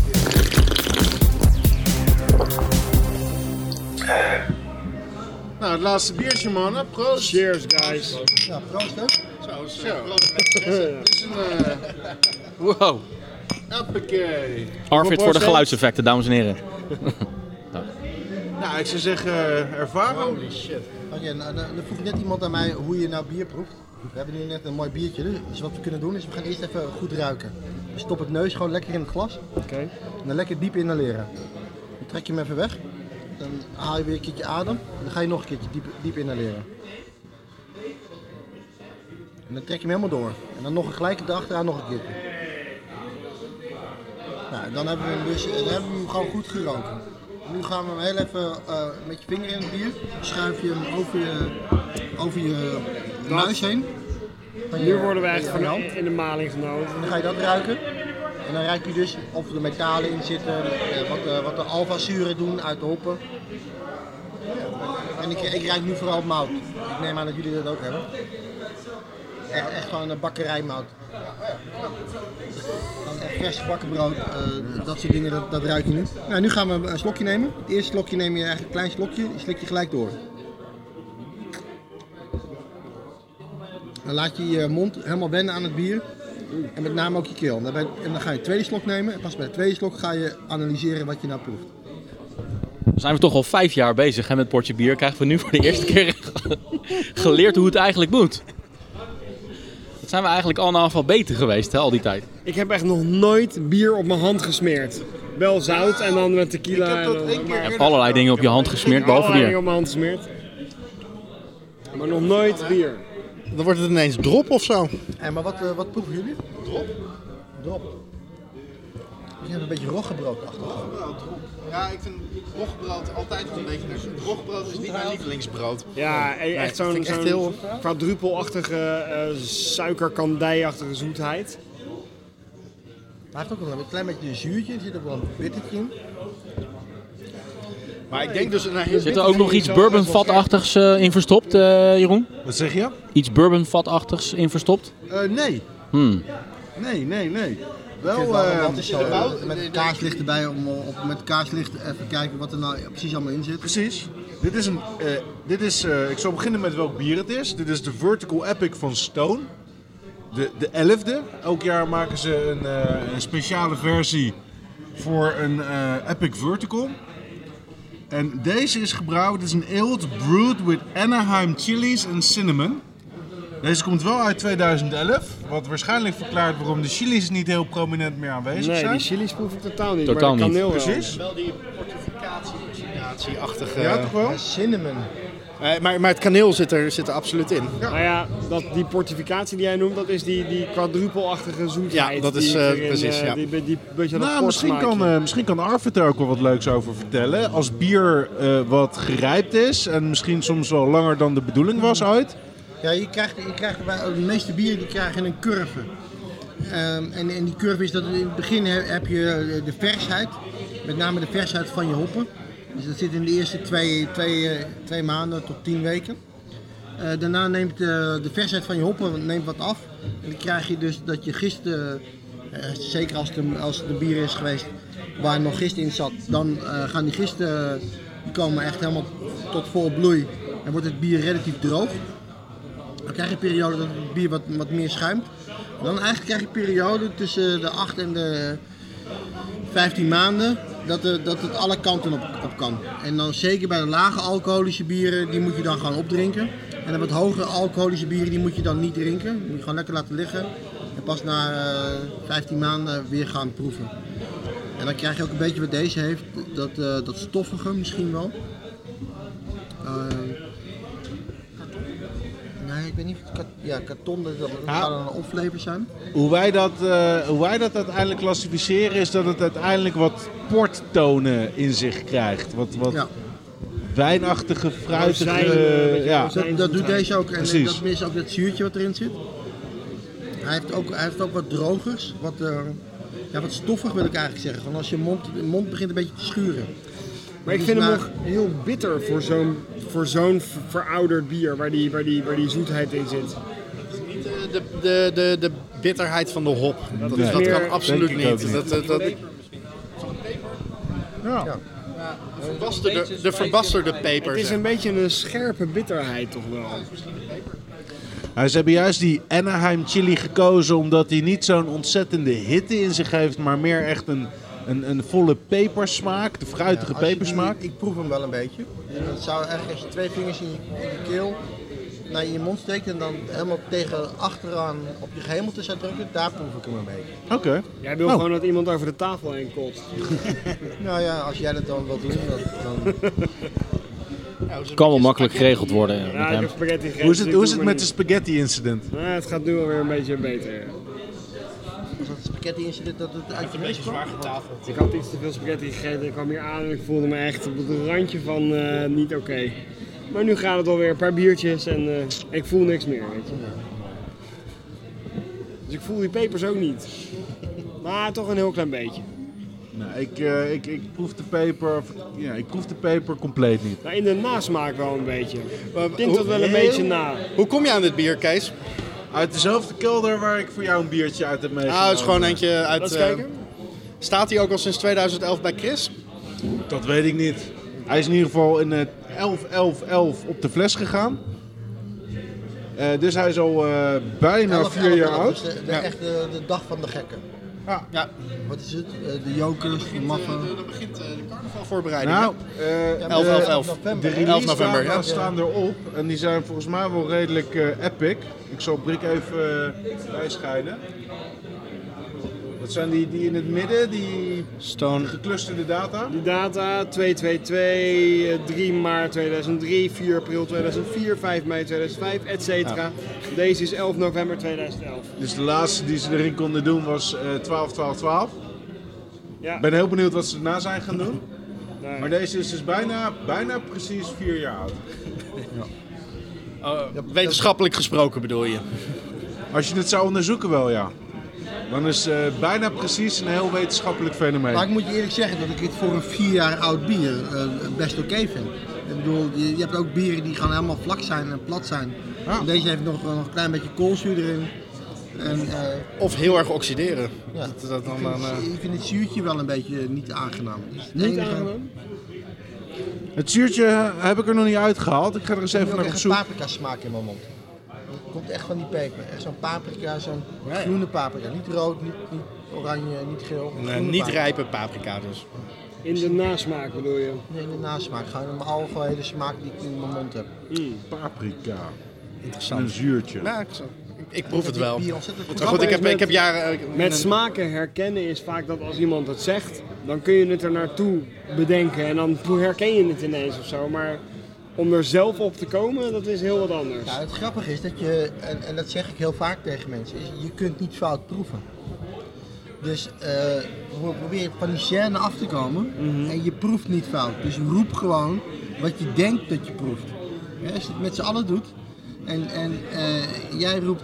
Nou, het laatste biertje, mannen. Proost. Cheers, guys. Ja, proost hè? Het is een Wow. appakee. Arvid voor de geluidseffecten, dames en heren. Nou, ik zou zeggen, ervaren. Oké, nou, dan vroeg net iemand aan mij hoe je nou bier proeft. We hebben nu net een mooi biertje, dus wat we kunnen doen is we gaan eerst even goed ruiken. We stoppen het neus gewoon lekker in het glas Oké. en dan lekker diep inhaleren. Dan trek je hem even weg, dan haal je weer een keertje adem en dan ga je nog een keertje diep inhaleren. En dan trek je hem helemaal door en dan nog een gelijk erachteraan nog een keertje. Nou, dan hebben we hem gewoon goed geroken. Nu gaan we hem heel even met je vinger in het bier, schuif je hem over je muis heen. Nu worden we echt van je hand. in de maling genomen. En dan ga je dat ruiken. En dan ruik je dus of er metalen in zitten, wat de alfa-zuren doen uit de hoppen. En ik ruik nu vooral mout. Ik neem aan dat jullie dat ook hebben. Echt gewoon een bakkerijmout. Echt vers gebakken brood, dat soort dingen, dat ruik je nu. Nou, nu gaan we een slokje nemen. Het eerste slokje neem je eigenlijk een klein slokje, die slik je gelijk door. Dan laat je je mond helemaal wennen aan het bier. En met name ook je keel. En dan ga je de tweede slok nemen. En pas bij de tweede slok ga je analyseren wat je nou proeft. Dan zijn we toch al 5 jaar bezig hè, met potje bier. Krijgen we nu voor de eerste keer geleerd hoe het eigenlijk moet. Dat zijn we eigenlijk al analfabeter geweest hè, al die tijd. Ik heb echt nog nooit bier op mijn hand gesmeerd. Wel zout en dan met tequila. Ik heb dat en dan, één keer Je hebt allerlei dingen op je hand gesmeerd, behalve allerlei dingen bier. op mijn hand gesmeerd. Maar nog nooit bier. Dan wordt het ineens drop of zo. En maar wat proeven jullie? Drop. Je hebt een beetje roggebroodachtig. Ja, ik vind roggebrood altijd wel een beetje... Roggebrood is niet mijn lievelingsbrood. Ja, echt dat zo'n vind ik echt heel... quadrupelachtige, suikerkandijachtige zoetheid. Hij heeft ook wel een klein beetje een zuurtje, er zit ook wel een bittertje in. Maar ik denk dus... Zit er ook nog iets bourbonvatachtigs in verstopt, Jeroen? Wat zeg je? Iets bourbonvatachtigs in verstopt? Nee. Nee. Wel, Wat is zo, met kaarslicht erbij om met kaarslicht even kijken wat er nou precies allemaal in zit. precies. Dit is ik zal beginnen met welk bier het is. Dit is de Vertical Epic van Stone. De 11e. Elk jaar maken ze een speciale versie voor een Epic Vertical. En deze is gebrouwen, dit is een ale brewed with Anaheim chilies en cinnamon. Deze komt wel uit 2011, wat waarschijnlijk verklaart waarom de chilies niet heel prominent meer aanwezig Nee, zijn. die chilies proef ik totaal niet. Totaal maar de niet. kaneel wel. Precies. Wel die fortificatie-oxidratieachtige... Ja, toch wel? Cinnamon. Maar het kaneel zit er absoluut in. Nou ja, die portificatie die jij noemt, dat is die quadrupelachtige zoetheid. Ja, dat is, die erin, precies, ja. Die beetje dat Nou, misschien kan Arvid er ook wel wat leuks over vertellen. Als bier wat gerijpt is en misschien soms wel langer dan de bedoeling was uit. Ja, je krijgt bij de meeste bieren die krijgen een curve. En die curve is dat in het begin heb je de versheid, met name de versheid van je hoppen. Dus dat zit in de eerste twee maanden tot 10 weken. Daarna neemt de versheid van je hoppen neemt wat af. En dan krijg je dus dat je gist, zeker als het een bier is geweest waar nog gist in zat, dan gaan die gisten die komen echt helemaal tot vol bloei. Dan wordt het bier relatief droog. Dan krijg je een periode dat het bier wat meer schuimt. En dan eigenlijk krijg je een periode tussen de 8 en de 15 maanden dat het alle kanten op kan. En dan zeker bij de lage alcoholische bieren, die moet je dan gewoon opdrinken. En de wat hogere alcoholische bieren, die moet je dan niet drinken. Die moet je gewoon lekker laten liggen. En pas na 15 maanden weer gaan proeven. En dan krijg je ook een beetje wat deze heeft, dat stoffige misschien wel. Nee, ik weet niet of het karton, dat zou dan een opflavor zijn. Hoe wij dat uiteindelijk klassificeren is dat het uiteindelijk wat porttonen in zich krijgt. Wat wijnachtige, fruitige... Dat doet deze ook. En Precies. dat is ook dat zuurtje wat erin zit. Hij heeft ook wat drogers, wat stoffig wil ik eigenlijk zeggen. Gewoon als je mond begint een beetje te schuren. Maar ik vind hem nog heel bitter voor zo'n verouderd bier waar die zoetheid in zit. Niet de bitterheid van de hop. Dat kan absoluut niet. De verbasterde peper. Het is een beetje een scherpe bitterheid toch wel. Ze hebben juist die Anaheim chili gekozen omdat hij niet zo'n ontzettende hitte in zich heeft, maar meer echt een volle pepersmaak, de fruitige pepersmaak. Ik proef hem wel een beetje. En dat zou eigenlijk als je 2 vingers in je keel naar je mond steekt en dan helemaal tegen achteraan op je gehemelte zou drukken, daar proef ik hem een beetje. Oké. Jij wil gewoon dat iemand over de tafel heen kotst. Nou ja, als jij dat dan wilt doen, dan... Kan wel makkelijk geregeld worden. Ja, met ik hem. heb spaghetti gegeten. Hoe is het met de spaghetti incident? Het gaat nu alweer een beetje beter. Ja. Was dat spaghetti incident dat het uit je neus kwam? Ik had iets te veel spaghetti gegeten, ik kwam hier aan en ik voelde me echt op het randje van niet oké. Maar nu gaat het alweer een paar biertjes en ik voel niks meer, weet je. Dus ik voel die pepers ook niet. Maar toch een heel klein beetje. Nou, ik proef de peper. Ja, ik proef de peper compleet niet. Nou, in de nasmaak wel een beetje. Ik denk dat wel een beetje na. Hoe kom je aan dit bier, Kees? Uit dezelfde kelder waar ik voor jou een biertje uit heb meegenomen. Het is gewoon eentje uit... Laat eens kijken. Staat hij ook al sinds 2011 bij Chris? Dat weet ik niet. Hij is in ieder geval in het 11-11-11 op de fles gegaan. Dus hij is al bijna 4 jaar oud. Dus echt de dag van de gekken. Ja. Wat is het? De jokers, de maffen. Dan begint de carnavalvoorbereiding. Nou, 11-11-11. de 11 release november, data staan erop en die zijn volgens mij wel redelijk epic. Ik zal Brik even bijschijnen. Wat zijn die in het midden, die geclusterde data? Die data 222, 3 maart 2003, 4 april 2004, 5 mei 2005, etc. Ja. Deze is 11 november 2011. Dus de laatste die ze erin konden doen was 12-12-12. Ja. Ik ben heel benieuwd wat ze daarna zijn gaan doen. Nee. Maar deze is dus bijna precies 4 jaar oud. Wetenschappelijk gesproken bedoel je? Als je het zou onderzoeken wel, ja. Dan is bijna precies een heel wetenschappelijk fenomeen. Maar ik moet je eerlijk zeggen dat ik het voor een 4 jaar oud bier best oké vind. Ik bedoel, je hebt ook bieren die gaan helemaal vlak zijn en plat zijn. Ja. En deze heeft nog een klein beetje koolzuur erin. En, Of heel erg oxideren. ja, ik vind het zuurtje wel een beetje niet aangenaam. Dus het Niet enige- aangenaam? Het zuurtje heb ik er nog niet uitgehaald. Ik ga er eens Ik even heb ook naar echt op een zoek. paprika smaak in mijn mond. Het komt echt van die peper. Echt zo'n paprika, zo'n groene paprika. Niet rood, niet oranje, niet geel. Groene Niet paprika. rijpe paprika dus. In de nasmaak bedoel je? Nee, in de nasmaak. Gewoon een algehele smaak die ik in mijn mond heb. Paprika. Interessant. Een zuurtje. Ja, ik proef het wel. Bier ontzettend goed. Maar goed, ik heb jaren... Met smaken herkennen is vaak dat als iemand het zegt, dan kun je het er naartoe bedenken en dan herken je het ineens of zo. Maar om er zelf op te komen, dat is heel wat anders. Ja, het grappige is dat je, en dat zeg ik heel vaak tegen mensen, is je kunt niet fout proeven. Dus probeer van die scène af te komen en je proeft niet fout. Dus roep gewoon wat je denkt dat je proeft. Ja, als je het met z'n allen doet en jij roept,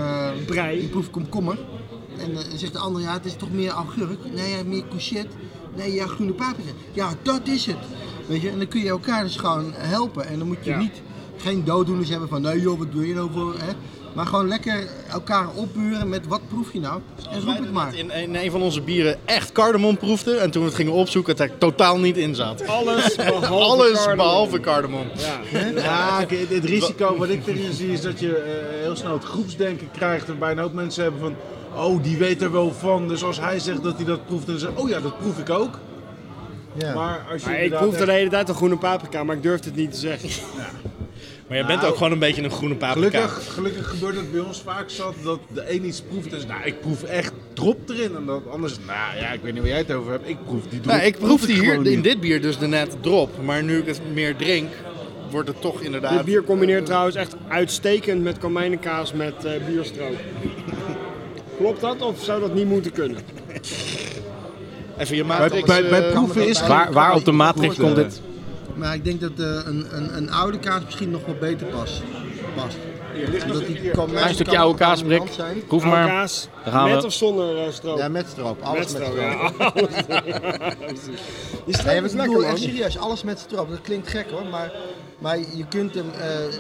ik proef komkommer. En dan zegt de ander, ja het is toch meer augurk, nee meer courgette. Nee, ja, groene paprika. Ja, dat is het. Weet je, en dan kun je elkaar dus gewoon helpen. En dan moet je geen dooddoeners hebben van, nee joh, wat doe je nou voor, hè? Maar gewoon lekker elkaar opburen met wat proef je nou? En roep het maar. In een van onze bieren echt cardamom proefden. En toen we het gingen opzoeken, het er totaal niet in zat. Alles behalve cardamom. Ja. Het risico wat ik erin zie is dat je heel snel het groepsdenken krijgt. En bij een hoop mensen hebben van, oh die weet er wel van. Dus als hij zegt dat hij dat proeft, dan zegt oh ja, dat proef ik ook. Ja. Maar als je Ik proefde de hele tijd een groene paprika, maar ik durfde het niet te zeggen. Maar jij bent ook gewoon een beetje een groene paprika. Gelukkig gebeurt het bij ons vaak zat dat de een iets proeft en zegt, nou ik proef echt drop erin. En dat anders, nou ja, ik weet niet waar jij het over hebt, ik proef die drop. Nou, ik proefde hier gewoon in niet. dit bier dus net drop. Maar nu ik het meer drink, wordt het toch inderdaad... Dit bier combineert trouwens echt uitstekend met komijnenkaas met bierstroop. Klopt dat of zou dat niet moeten kunnen? Even je matrix... Bij proeven is Waar op de matrix komt dit? Maar ik denk dat een oude kaas misschien nog wel beter past. Omdat die Een stukje oude kaasbrik. Proef Oude maar. kaas, Daar gaan we. met of zonder stroop? Ja, met stroop. Alles met stroop, stroop. ja. Die stroop Nee, is ik lekker, bedoel man. echt serieus, alles met stroop. Dat klinkt gek hoor, maar je kunt hem...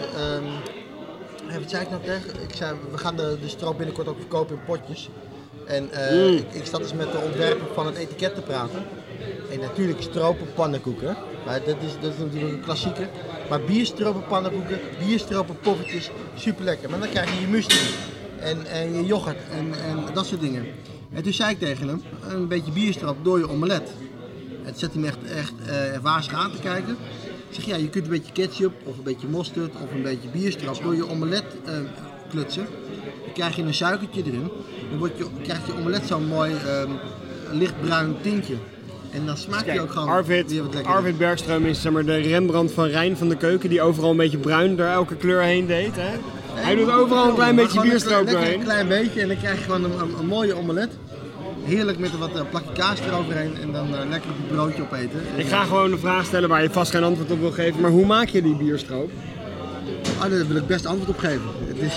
wat zei ik nou tegen? Ik zei, we gaan de stroop binnenkort ook verkopen in potjes. En ik zat dus met de ontwerper van het etiket te praten. En natuurlijk stropen pannenkoeken. Maar dat is natuurlijk een klassieker. Maar bierstropen pannenkoeken, bierstropen poffertjes, super lekker. Maar dan krijg je je muesli en je yoghurt en dat soort dingen. En toen zei ik tegen hem, een beetje bierstroop door je omelet. En toen zet hij me echt wazig aan te kijken. Ik zeg, ja, je kunt een beetje ketchup of een beetje mosterd of een beetje bierstroop door je omelet klutsen. Dan krijg je een suikertje erin. Dan krijgt je omelet zo'n mooi lichtbruin tintje. En dan smaakt hij ook gewoon weer wat lekker. Arvid Bergström is zeg maar, de Rembrandt van Rijn van de keuken, die overal een beetje bruin door elke kleur heen deed. Hè? Hij doet overal een klein beetje bierstroop doorheen. Een klein beetje en dan krijg je gewoon een mooie omelet. Heerlijk met wat plakje kaas eroverheen en dan lekker op je broodje opeten. Ik ga gewoon een vraag stellen waar je vast geen antwoord op wil geven, maar hoe maak je die bierstroop? Daar wil ik best antwoord op geven. Het is...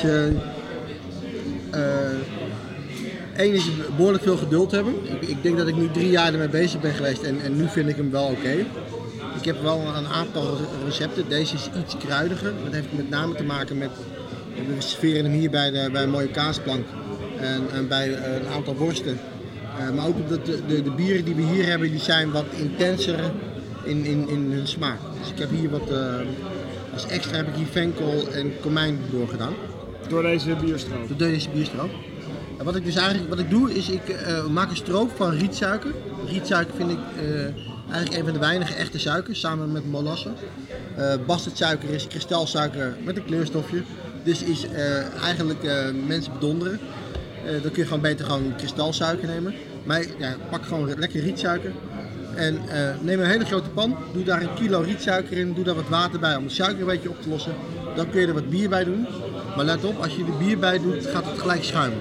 Eén is behoorlijk veel geduld hebben. Ik denk dat ik nu 3 jaar ermee bezig ben geweest en nu vind ik hem wel oké. Ik heb wel een aantal recepten. Deze is iets kruidiger. Dat heeft met name te maken met... We serveren hem hier bij een mooie kaasplank en bij een aantal worsten. Maar ook omdat de bieren die we hier hebben, die zijn wat intenser in hun smaak. Dus ik heb hier wat... als extra heb ik hier venkel en komijn doorgedaan. Door deze bierstroop? Door deze bierstroop. En wat ik doe is, ik maak een stroop van rietsuiker. Rietsuiker vind ik eigenlijk een van de weinige echte suikers, samen met molasse. Bastardsuiker is kristalsuiker met een kleurstofje. Dus is eigenlijk mensen bedonderen. Dan kun je gewoon beter kristalsuiker nemen. Maar ja, pak gewoon lekker rietsuiker. En neem een hele grote pan, doe daar 1 kilo rietsuiker in, doe daar wat water bij om de suiker een beetje op te lossen. Dan kun je er wat bier bij doen. Maar let op, als je er bier bij doet, gaat het gelijk schuimen.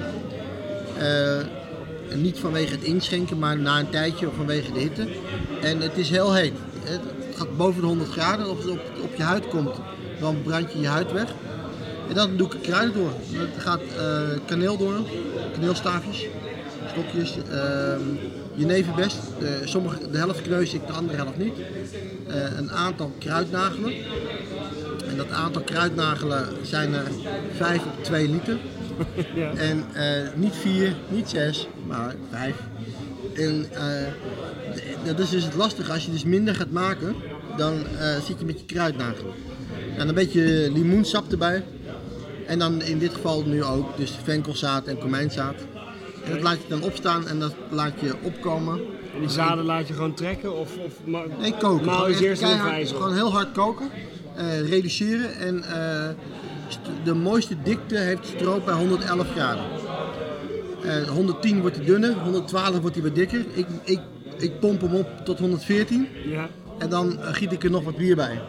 Niet vanwege het inschenken, maar na een tijdje of vanwege de hitte. En het is heel heet. Het gaat boven de 100 graden. Als het op je huid komt, dan brand je je huid weg. En dan doe ik kruiden door. Er gaat kaneel door, kaneelstaafjes, stokjes, jeneverbest. De helft kneus ik, de andere helft niet. Een aantal kruidnagelen. En dat aantal kruidnagelen zijn er 5 op 2 liter. Ja. En niet 4, niet 6, maar 5. En dat is dus het lastige. Als je dus minder gaat maken, dan zit je met je kruidnagelen. En een beetje limoensap erbij. En dan in dit geval nu ook dus venkelzaad en komijnzaad. En dat laat je dan opstaan en dat laat je opkomen. En die zaden laat je gewoon trekken? Nee, koken. Maal je eerst in de vijver? Gewoon heel hard koken. Reduceren en de mooiste dikte heeft stroop bij 111 graden. 110 wordt hij dunner, 112 wordt hij wat dikker. Ik pomp hem op tot 114 en dan giet ik er nog wat bier bij.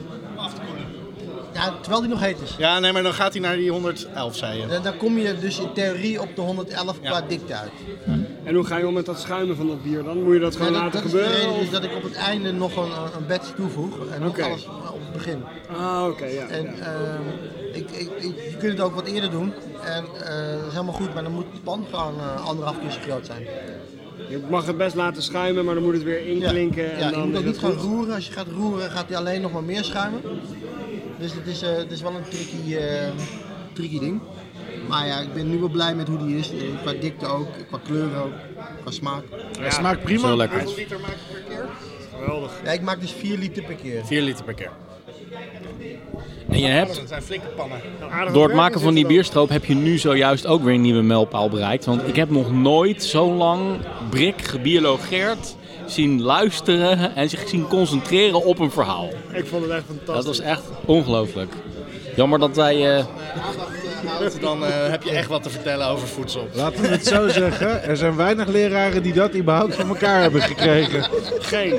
Ja, terwijl hij nog heet is. Ja, nee, maar dan gaat hij naar die 111, zei je. Dan kom je dus in theorie op de 111 qua dikte uit. En hoe ga je om met dat schuimen van dat bier dan? Moet je dat gewoon laten gebeuren? Dat is de reden dat ik op het einde nog een batch toevoeg en ook alles op het begin. Ah, oké, ja. En je kunt het ook wat eerder doen en dat is helemaal goed, maar dan moet de pan gewoon 1,5 keer zo groot zijn. Je mag het best laten schuimen, maar dan moet het weer inklinken. Ja, en dan je moet ook is niet het gaan goed. roeren. Als je gaat roeren gaat hij alleen nog maar meer schuimen. Dus het is wel een tricky ding. Maar ja, ik ben nu wel blij met hoe die is. Qua dikte ook, qua kleur ook, qua smaak. Hij smaakt prima. Zo lekker. Hoeveel liter maak je per keer? Geweldig. Ja, ik maak dus 4 liter per keer. 4 liter per keer. En je hebt, Dat zijn flinke pannen. door het maken van die bierstroop heb je nu zojuist ook weer een nieuwe mijlpaal bereikt. Want ik heb nog nooit zo lang Brik gebiologeerd zien luisteren en zich zien concentreren op een verhaal. Ik vond het echt fantastisch. Dat was echt ongelooflijk. Jammer dat wij... Dan heb je echt wat te vertellen over voedsel. Laten we het zo zeggen, er zijn weinig leraren die dat überhaupt van elkaar hebben gekregen. Geen.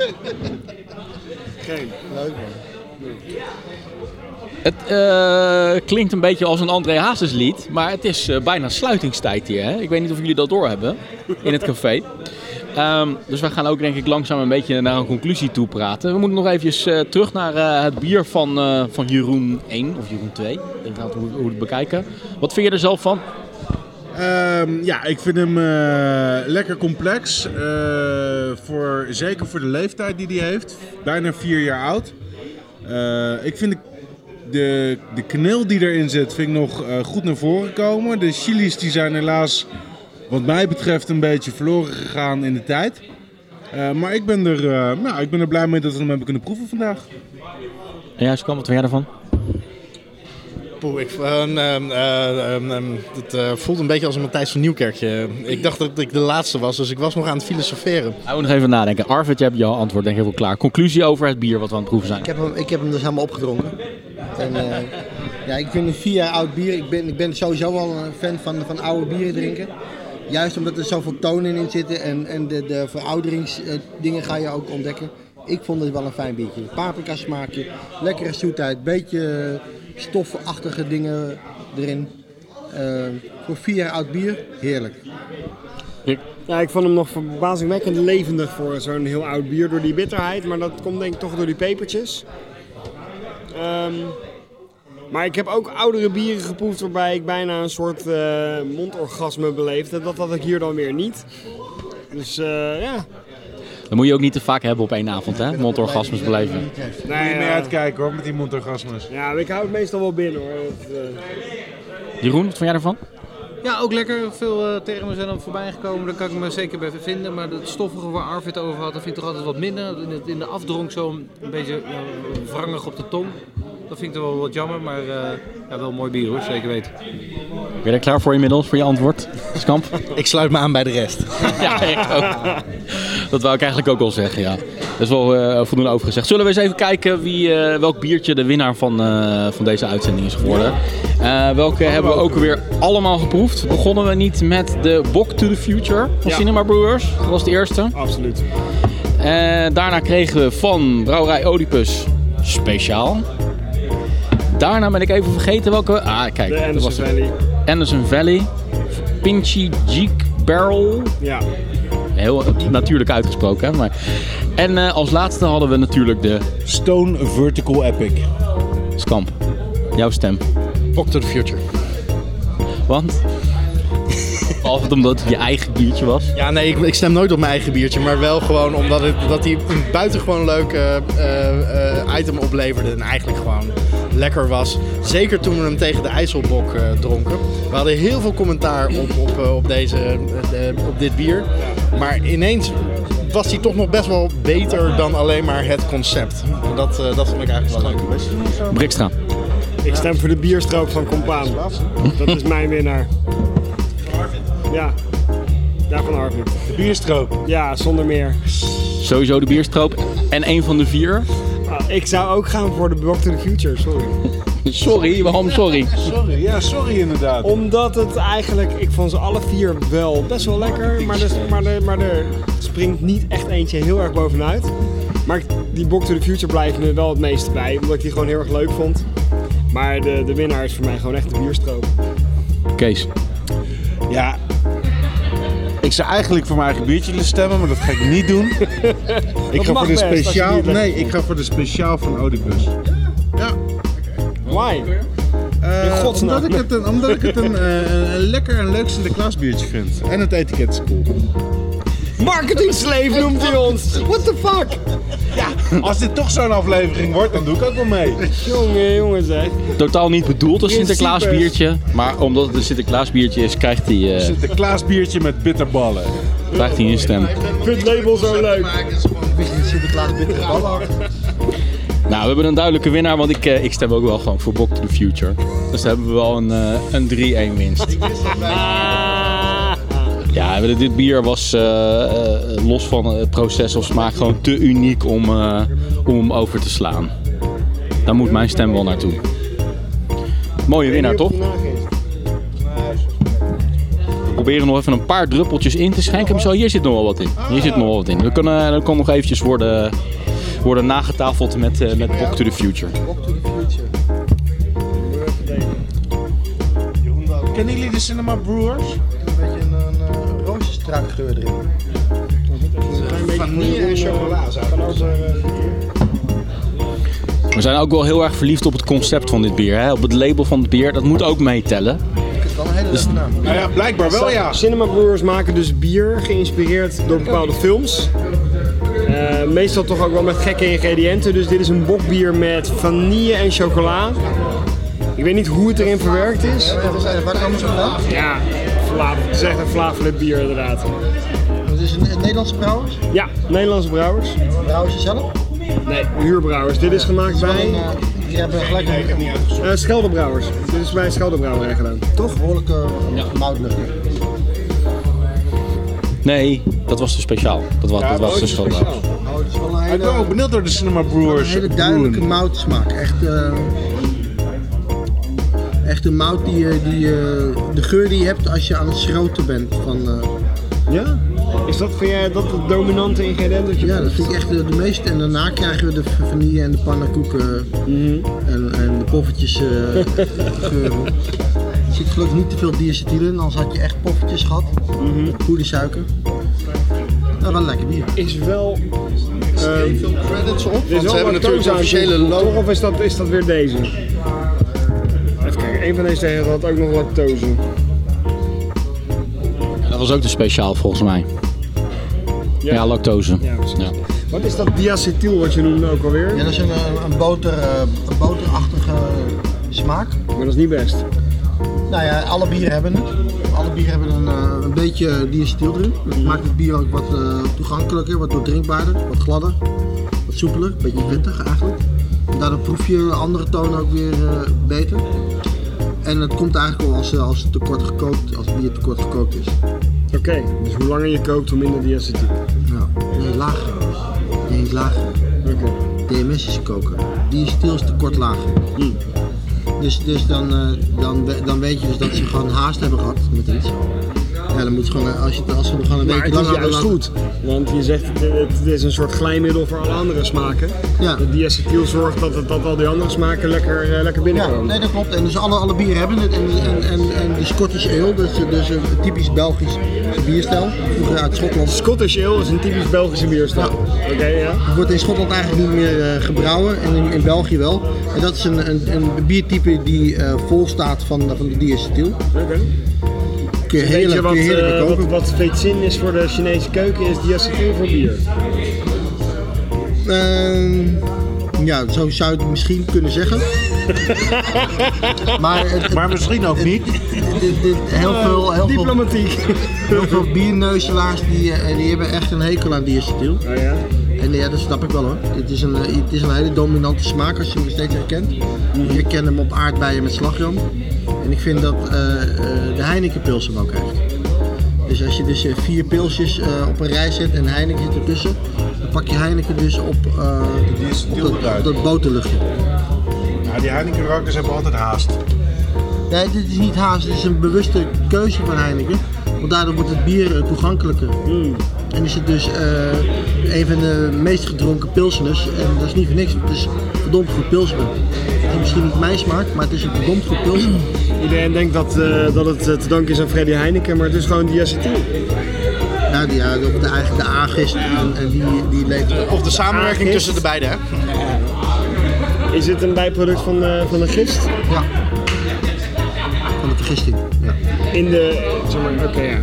Leuk man. Het klinkt een beetje als een André Hazes lied, maar het is bijna sluitingstijd hier. Hè? Ik weet niet of jullie dat doorhebben in het café. Dus we gaan ook denk ik langzaam een beetje naar een conclusie toe praten. We moeten nog eventjes terug naar het bier van Jeroen 1 of Jeroen 2. Ik weet niet hoe we het bekijken. Wat vind je er zelf van? Ja, ik vind hem lekker complex. Zeker voor de leeftijd die hij heeft. Bijna 4 jaar oud. Ik vind de kaneel die erin zit, vind ik nog goed naar voren komen. De chilies die zijn helaas, wat mij betreft, een beetje verloren gegaan in de tijd. Maar ik ben er blij mee dat we hem hebben kunnen proeven vandaag. En jij, Skam, wat vind jij ervan? Het voelt een beetje als een Matthijs van Nieuwkerkje. Ik dacht dat ik de laatste was, dus ik was nog aan het filosoferen. Hou we nog even nadenken. Arvid, je hebt jouw antwoord denk ik heel klaar. Conclusie over het bier wat we aan het proeven zijn. Ik heb hem dus helemaal opgedronken. En, ja, ik vind een 4 jaar oud bier. Ik ben sowieso wel een fan van oude bieren drinken. Juist omdat er zoveel tonen in zitten en de verouderingsdingen ga je ook ontdekken. Ik vond het wel een fijn biertje. Paprika smaakje, lekkere zoetheid, beetje stoffenachtige dingen erin. Voor 4 jaar oud bier, heerlijk. Ja, ik vond hem nog verbazingwekkend levendig voor zo'n heel oud bier door die bitterheid. Maar dat komt denk ik toch door die pepertjes. Maar ik heb ook oudere bieren geproefd waarbij ik bijna een soort mondorgasme beleefde. Dat had ik hier dan weer niet. Dus ja. Dat moet je ook niet te vaak hebben op één avond, hè? Mondorgasmes beleven. Moet je mee uitkijken hoor, met die mondorgasmes. Ja, ik hou het meestal wel binnen hoor. Jeroen, wat vond jij ervan? Ja, ook lekker. Veel termen zijn er voorbij gekomen. Daar kan ik me zeker bij vinden. Maar het stoffige waar Arvid over had, dat vind ik toch altijd wat minder. In de afdronk zo een beetje wrangig op de tong. Dat vind ik toch wel wat jammer. Maar ja, wel een mooi bier hoor, zeker weten. Ben je er klaar voor inmiddels, voor je antwoord, Skamp? Ik sluit me aan bij de rest. Ja, ik ook. Dat wou ik eigenlijk ook al zeggen, ja. Dat is wel voldoende overgezegd. Zullen we eens even kijken welk biertje de winnaar van deze uitzending is geworden. Welke hebben we ook weer allemaal geproefd. Begonnen we niet met de Bock to the Future van Cinema Brewers. Dat was de eerste. Absoluut. Daarna kregen we van Brouwerij Oedipus Speciaal. Daarna ben ik even vergeten welke... kijk. De Anderson Valley. Anderson Valley. Pinchy Jeek Barrel. Ja. Heel natuurlijk uitgesproken, hè? Maar... En als laatste hadden we natuurlijk de... Stone Vertical Epic. Skamp. Jouw stem. Bock to the Future. Want? Behalve omdat het je eigen biertje was. Ja, nee, ik stem nooit op mijn eigen biertje, maar wel gewoon omdat dat hij een buitengewoon leuk item opleverde en eigenlijk gewoon lekker was. Zeker toen we hem tegen de IJsselbok dronken. We hadden heel veel commentaar op dit bier, maar ineens was hij toch nog best wel beter dan alleen maar het concept. Dat vond ik eigenlijk wel leuk. Brikstra. Ik stem voor de bierstroop van Compaan. Dat is mijn winnaar. Ja. Ja, van Arvid. De bierstroop. Ja, zonder meer. Sowieso de bierstroop. En een van de 4. Ik zou ook gaan voor de Bock to the Future, sorry. Sorry, waarom sorry? Sorry, ja, sorry inderdaad. Omdat het eigenlijk, ik vond ze alle 4 wel best wel lekker, maar er springt niet echt eentje heel erg bovenuit. Maar die Bock to the Future blijft me wel het meeste bij, omdat ik die gewoon heel erg leuk vond. Maar de winnaar is voor mij gewoon echt de bierstroop. Kees. Ja, ik zou eigenlijk voor mijn eigen biertje willen stemmen, maar dat ga ik niet doen. Ik ga voor de speciaal. Nee, ik ga voor de speciaal van Oedipus. Ja. Why? Omdat ik het een lekker en leuk Sinterklaas biertje vind. En het etiket is cool. Marketing-slave noemt hij ons. What the fuck? Als dit toch zo'n aflevering wordt, dan doe ik ook wel mee. Jongen zeg. Totaal niet bedoeld als Principes. Sinterklaas biertje. Maar omdat het een Sinterklaas biertje is, krijgt hij Sinterklaas biertje met bitterballen. een stem. Ik vind het label zo leuk. Ik wist niet Sinterklaas bitter ballen had. Nou, we hebben een duidelijke winnaar, want ik stem ook wel gewoon voor Back to the Future. Dus dan hebben we wel een 3-1 winst. Ja, dit bier was los van het proces of smaak gewoon te uniek om hem over te slaan. Daar moet mijn stem wel naartoe. Mooie winnaar, toch? We proberen nog even een paar druppeltjes in te schenken. Zo, hier zit nog wel wat in. Dat kan nog eventjes worden nagetafeld met Back to the Future. Back to the Future. Kennen jullie de Cinema Brewers? Een beetje een rozenstruikgeur erin. Vanille en chocola zou We zijn ook wel heel erg verliefd op het concept van dit bier. Hè? Op het label van het bier. Dat moet ook meetellen. Ik heb wel een hele leuke naam. Nou ja, blijkbaar wel ja. Cinema Brewers maken dus bier geïnspireerd door bepaalde films. Meestal toch ook wel met gekke ingrediënten. Dus dit is een bokbier met vanille en chocola. Ik weet niet hoe het erin verwerkt is. Waar komen ze vandaan? Ja, het is echt een Flavolid bier inderdaad. Het is een Nederlandse brouwers. Ja, Nederlandse brouwers. Brouwen ze zelf? Nee, huurbrouwers. Dit is gemaakt bij Die hebben gelijk een Scheldebrouwers. Dit is bij Scheldebrouwerij gedaan. toch behoorlijke moutlucht. Nee, dat was te speciaal. Dat was te speciaal. Oh, het is wel een Ik ben hele, ook benieuwd door de Cinema een Brewers. hele duidelijke moutsmaak. Echt een mout de geur die je hebt als je aan het schroten bent. Ja? Is dat, vind jij dat het dominante ingrediënt dat je Ja, dat vind ik echt de meeste. En daarna krijgen we de vanille en de pannenkoeken en de poffertjes geuren. Er zit gelukkig niet te veel diacetyl in, anders had je echt poffertjes gehad. Goede suiker. Nou, wel een lekker bier. is wel... veel credits op, Er is want wel ze hebben natuurlijk lactose de aan officiële toegevoegd, logo. toch? Of is dat weer deze? Even kijken, een van deze tegen had ook nog lactose. Dat was ook te speciaal volgens mij. Ja, lactose. Ja, precies. Ja. Wat is dat diacetyl wat je noemde ook alweer? Ja, dat is een boterachtige smaak. Maar dat is niet best. Nou ja, alle bieren hebben het. Alle bieren hebben een beetje diacetyl erin. Dat maakt het bier ook wat toegankelijker, wat doordrinkbaarder, wat gladder, wat soepeler, een beetje vettig eigenlijk. En daardoor proef je andere tonen ook weer beter. En het komt eigenlijk wel als het te kort gekookt, als het bier te kort gekookt is. Oké, dus hoe langer je kookt, hoe minder diacetyl. Nou, nee, lager. Nee, niet lager. Oké. DMS is koken. Diacetyl is te kort lager. Dus dan weet je dus dat ze gewoon haast hebben gehad met iets. Ja, dan moet je gewoon, als ze hem gewoon een Maar weekje het lang is hadden juist laten... goed, want je zegt het is een soort glijmiddel voor alle andere smaken. Ja. Het diacetyl zorgt dat al die andere smaken lekker Ja, binnenkomen. nee, dat klopt. En dus alle bieren hebben het. En de Scottish Ale, dat is dus een typisch Belgisch bierstijl. Vroeger uit Schotland. Scottish Ale is een typisch Belgische bierstijl. Oké, ja. Het wordt in Schotland eigenlijk niet meer gebrouwen en in België wel. En dat is een biertype die vol staat van de diacetyl. Oké. Kun je Weet je heerlijk koken. wat vetzin is voor de Chinese keuken, is diacetyl voor bier. Ja, zo zou je het misschien kunnen zeggen. Maar misschien ook niet. Heel veel Diplomatiek. bierneuzelaars die hebben echt een hekel aan diacetyl. Oh ja? En ja, dat snap ik wel hoor. Het is een hele dominante smaak als je hem steeds herkent. Je herkent hem op aardbeien met slagroom. En ik vind dat de Heineken Pils hem ook heeft. Dus als je dus 4 pilsjes op een rij zet en Heineken zit ertussen, dan pak je Heineken dus op dat boterluchtje. Ja, die Heineken-rockers hebben altijd haast. Nee, dit is niet haast, het is een bewuste keuze van Heineken. Want daardoor wordt het bier toegankelijker. En is het dus een van de meest gedronken pilseners. En dat is niet voor niks, het is verdomd goed pilsner. Het is misschien niet mijn smaak, maar het is een verdomd goed pilsner. Iedereen denkt dat het te danken is aan Freddy Heineken, maar het is gewoon diacetyl. Nou, de aangist en die levert. Of de samenwerking tussen de beide, hè? Is het een bijproduct van de gist? Ja. Van de vergisting. Ja. in de... Zeg maar, oké, ja.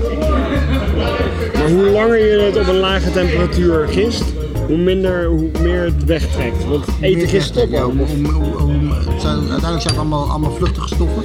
Maar hoe langer je het op een lage temperatuur gist, hoe meer het wegtrekt. Want eten gist stoppen. Uiteindelijk zijn het allemaal vluchtige stoffen.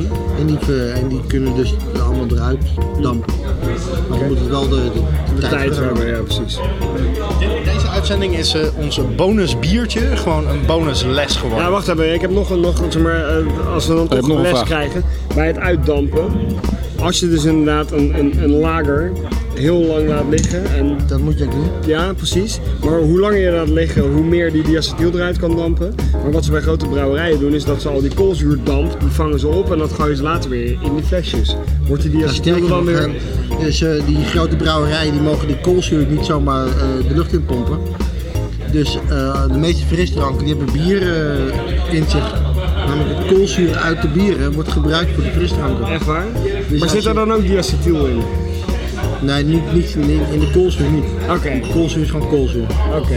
En die kunnen dus allemaal eruit dampen. Maar je moet het wel de tijd hebben. Ja, precies. Deze uitzending is onze bonusbiertje gewoon een bonusles geworden. Ja, wacht even. Ik heb nog zeg maar, als we dan toch een les krijgen bij het uitdampen. Als je dus inderdaad een lager heel lang laat liggen. En dat moet je doen. Ja, precies. Maar hoe langer je laat liggen, hoe meer die diacetyl eruit kan dampen. Maar wat ze bij grote brouwerijen doen, is dat ze al die koolzuurdamp, die vangen ze op en dat gooien ze later weer in die flesjes. Wordt die diacetyl er dan weer... Dus die grote brouwerijen die mogen die koolzuur niet zomaar de lucht in pompen. Dus de meeste frisdranken die hebben bier in zich. Namelijk het koolzuur uit de bieren wordt gebruikt voor de frisdranken. Echt waar? Dus maar zit er dan ook diacetyl in? Nee, niet in de koolzuur niet. Oké. Koolzuur is gewoon koolzuur. Oké.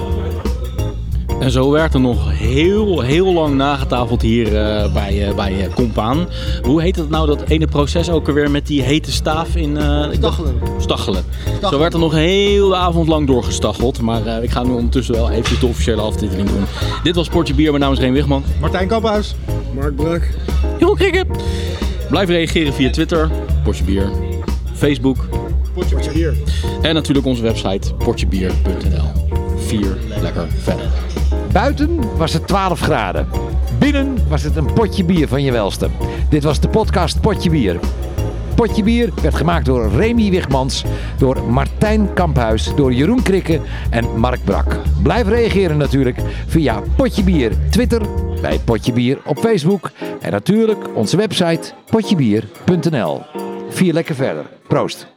En zo werd er nog heel lang nagetafeld hier bij Compaan. Hoe heet het nou, dat ene proces ook alweer met die hete staaf in... Stachelen. Zo werd er nog heel de avond lang doorgestacheld. Maar ik ga nu ondertussen wel even de officiële aftiteling doen. Dit was Potje Bier, mijn naam is Reen Wigman. Martijn Kamphuis. Mark Brak. Jeroen Krikke. Blijf reageren via Twitter, Potje Bier, Facebook. Potje Bier. En natuurlijk onze website, potjebier.nl. 4 lekker verder. Buiten was het 12 graden. Binnen was het een potje bier van je welste. Dit was de podcast Potje Bier. Potje Bier werd gemaakt door Remy Wigmans, door Martijn Kamphuis, door Jeroen Krikke en Mark Brak. Blijf reageren natuurlijk via Potje Bier Twitter, bij Potje Bier op Facebook en natuurlijk onze website potjebier.nl. 4 lekker verder. Proost.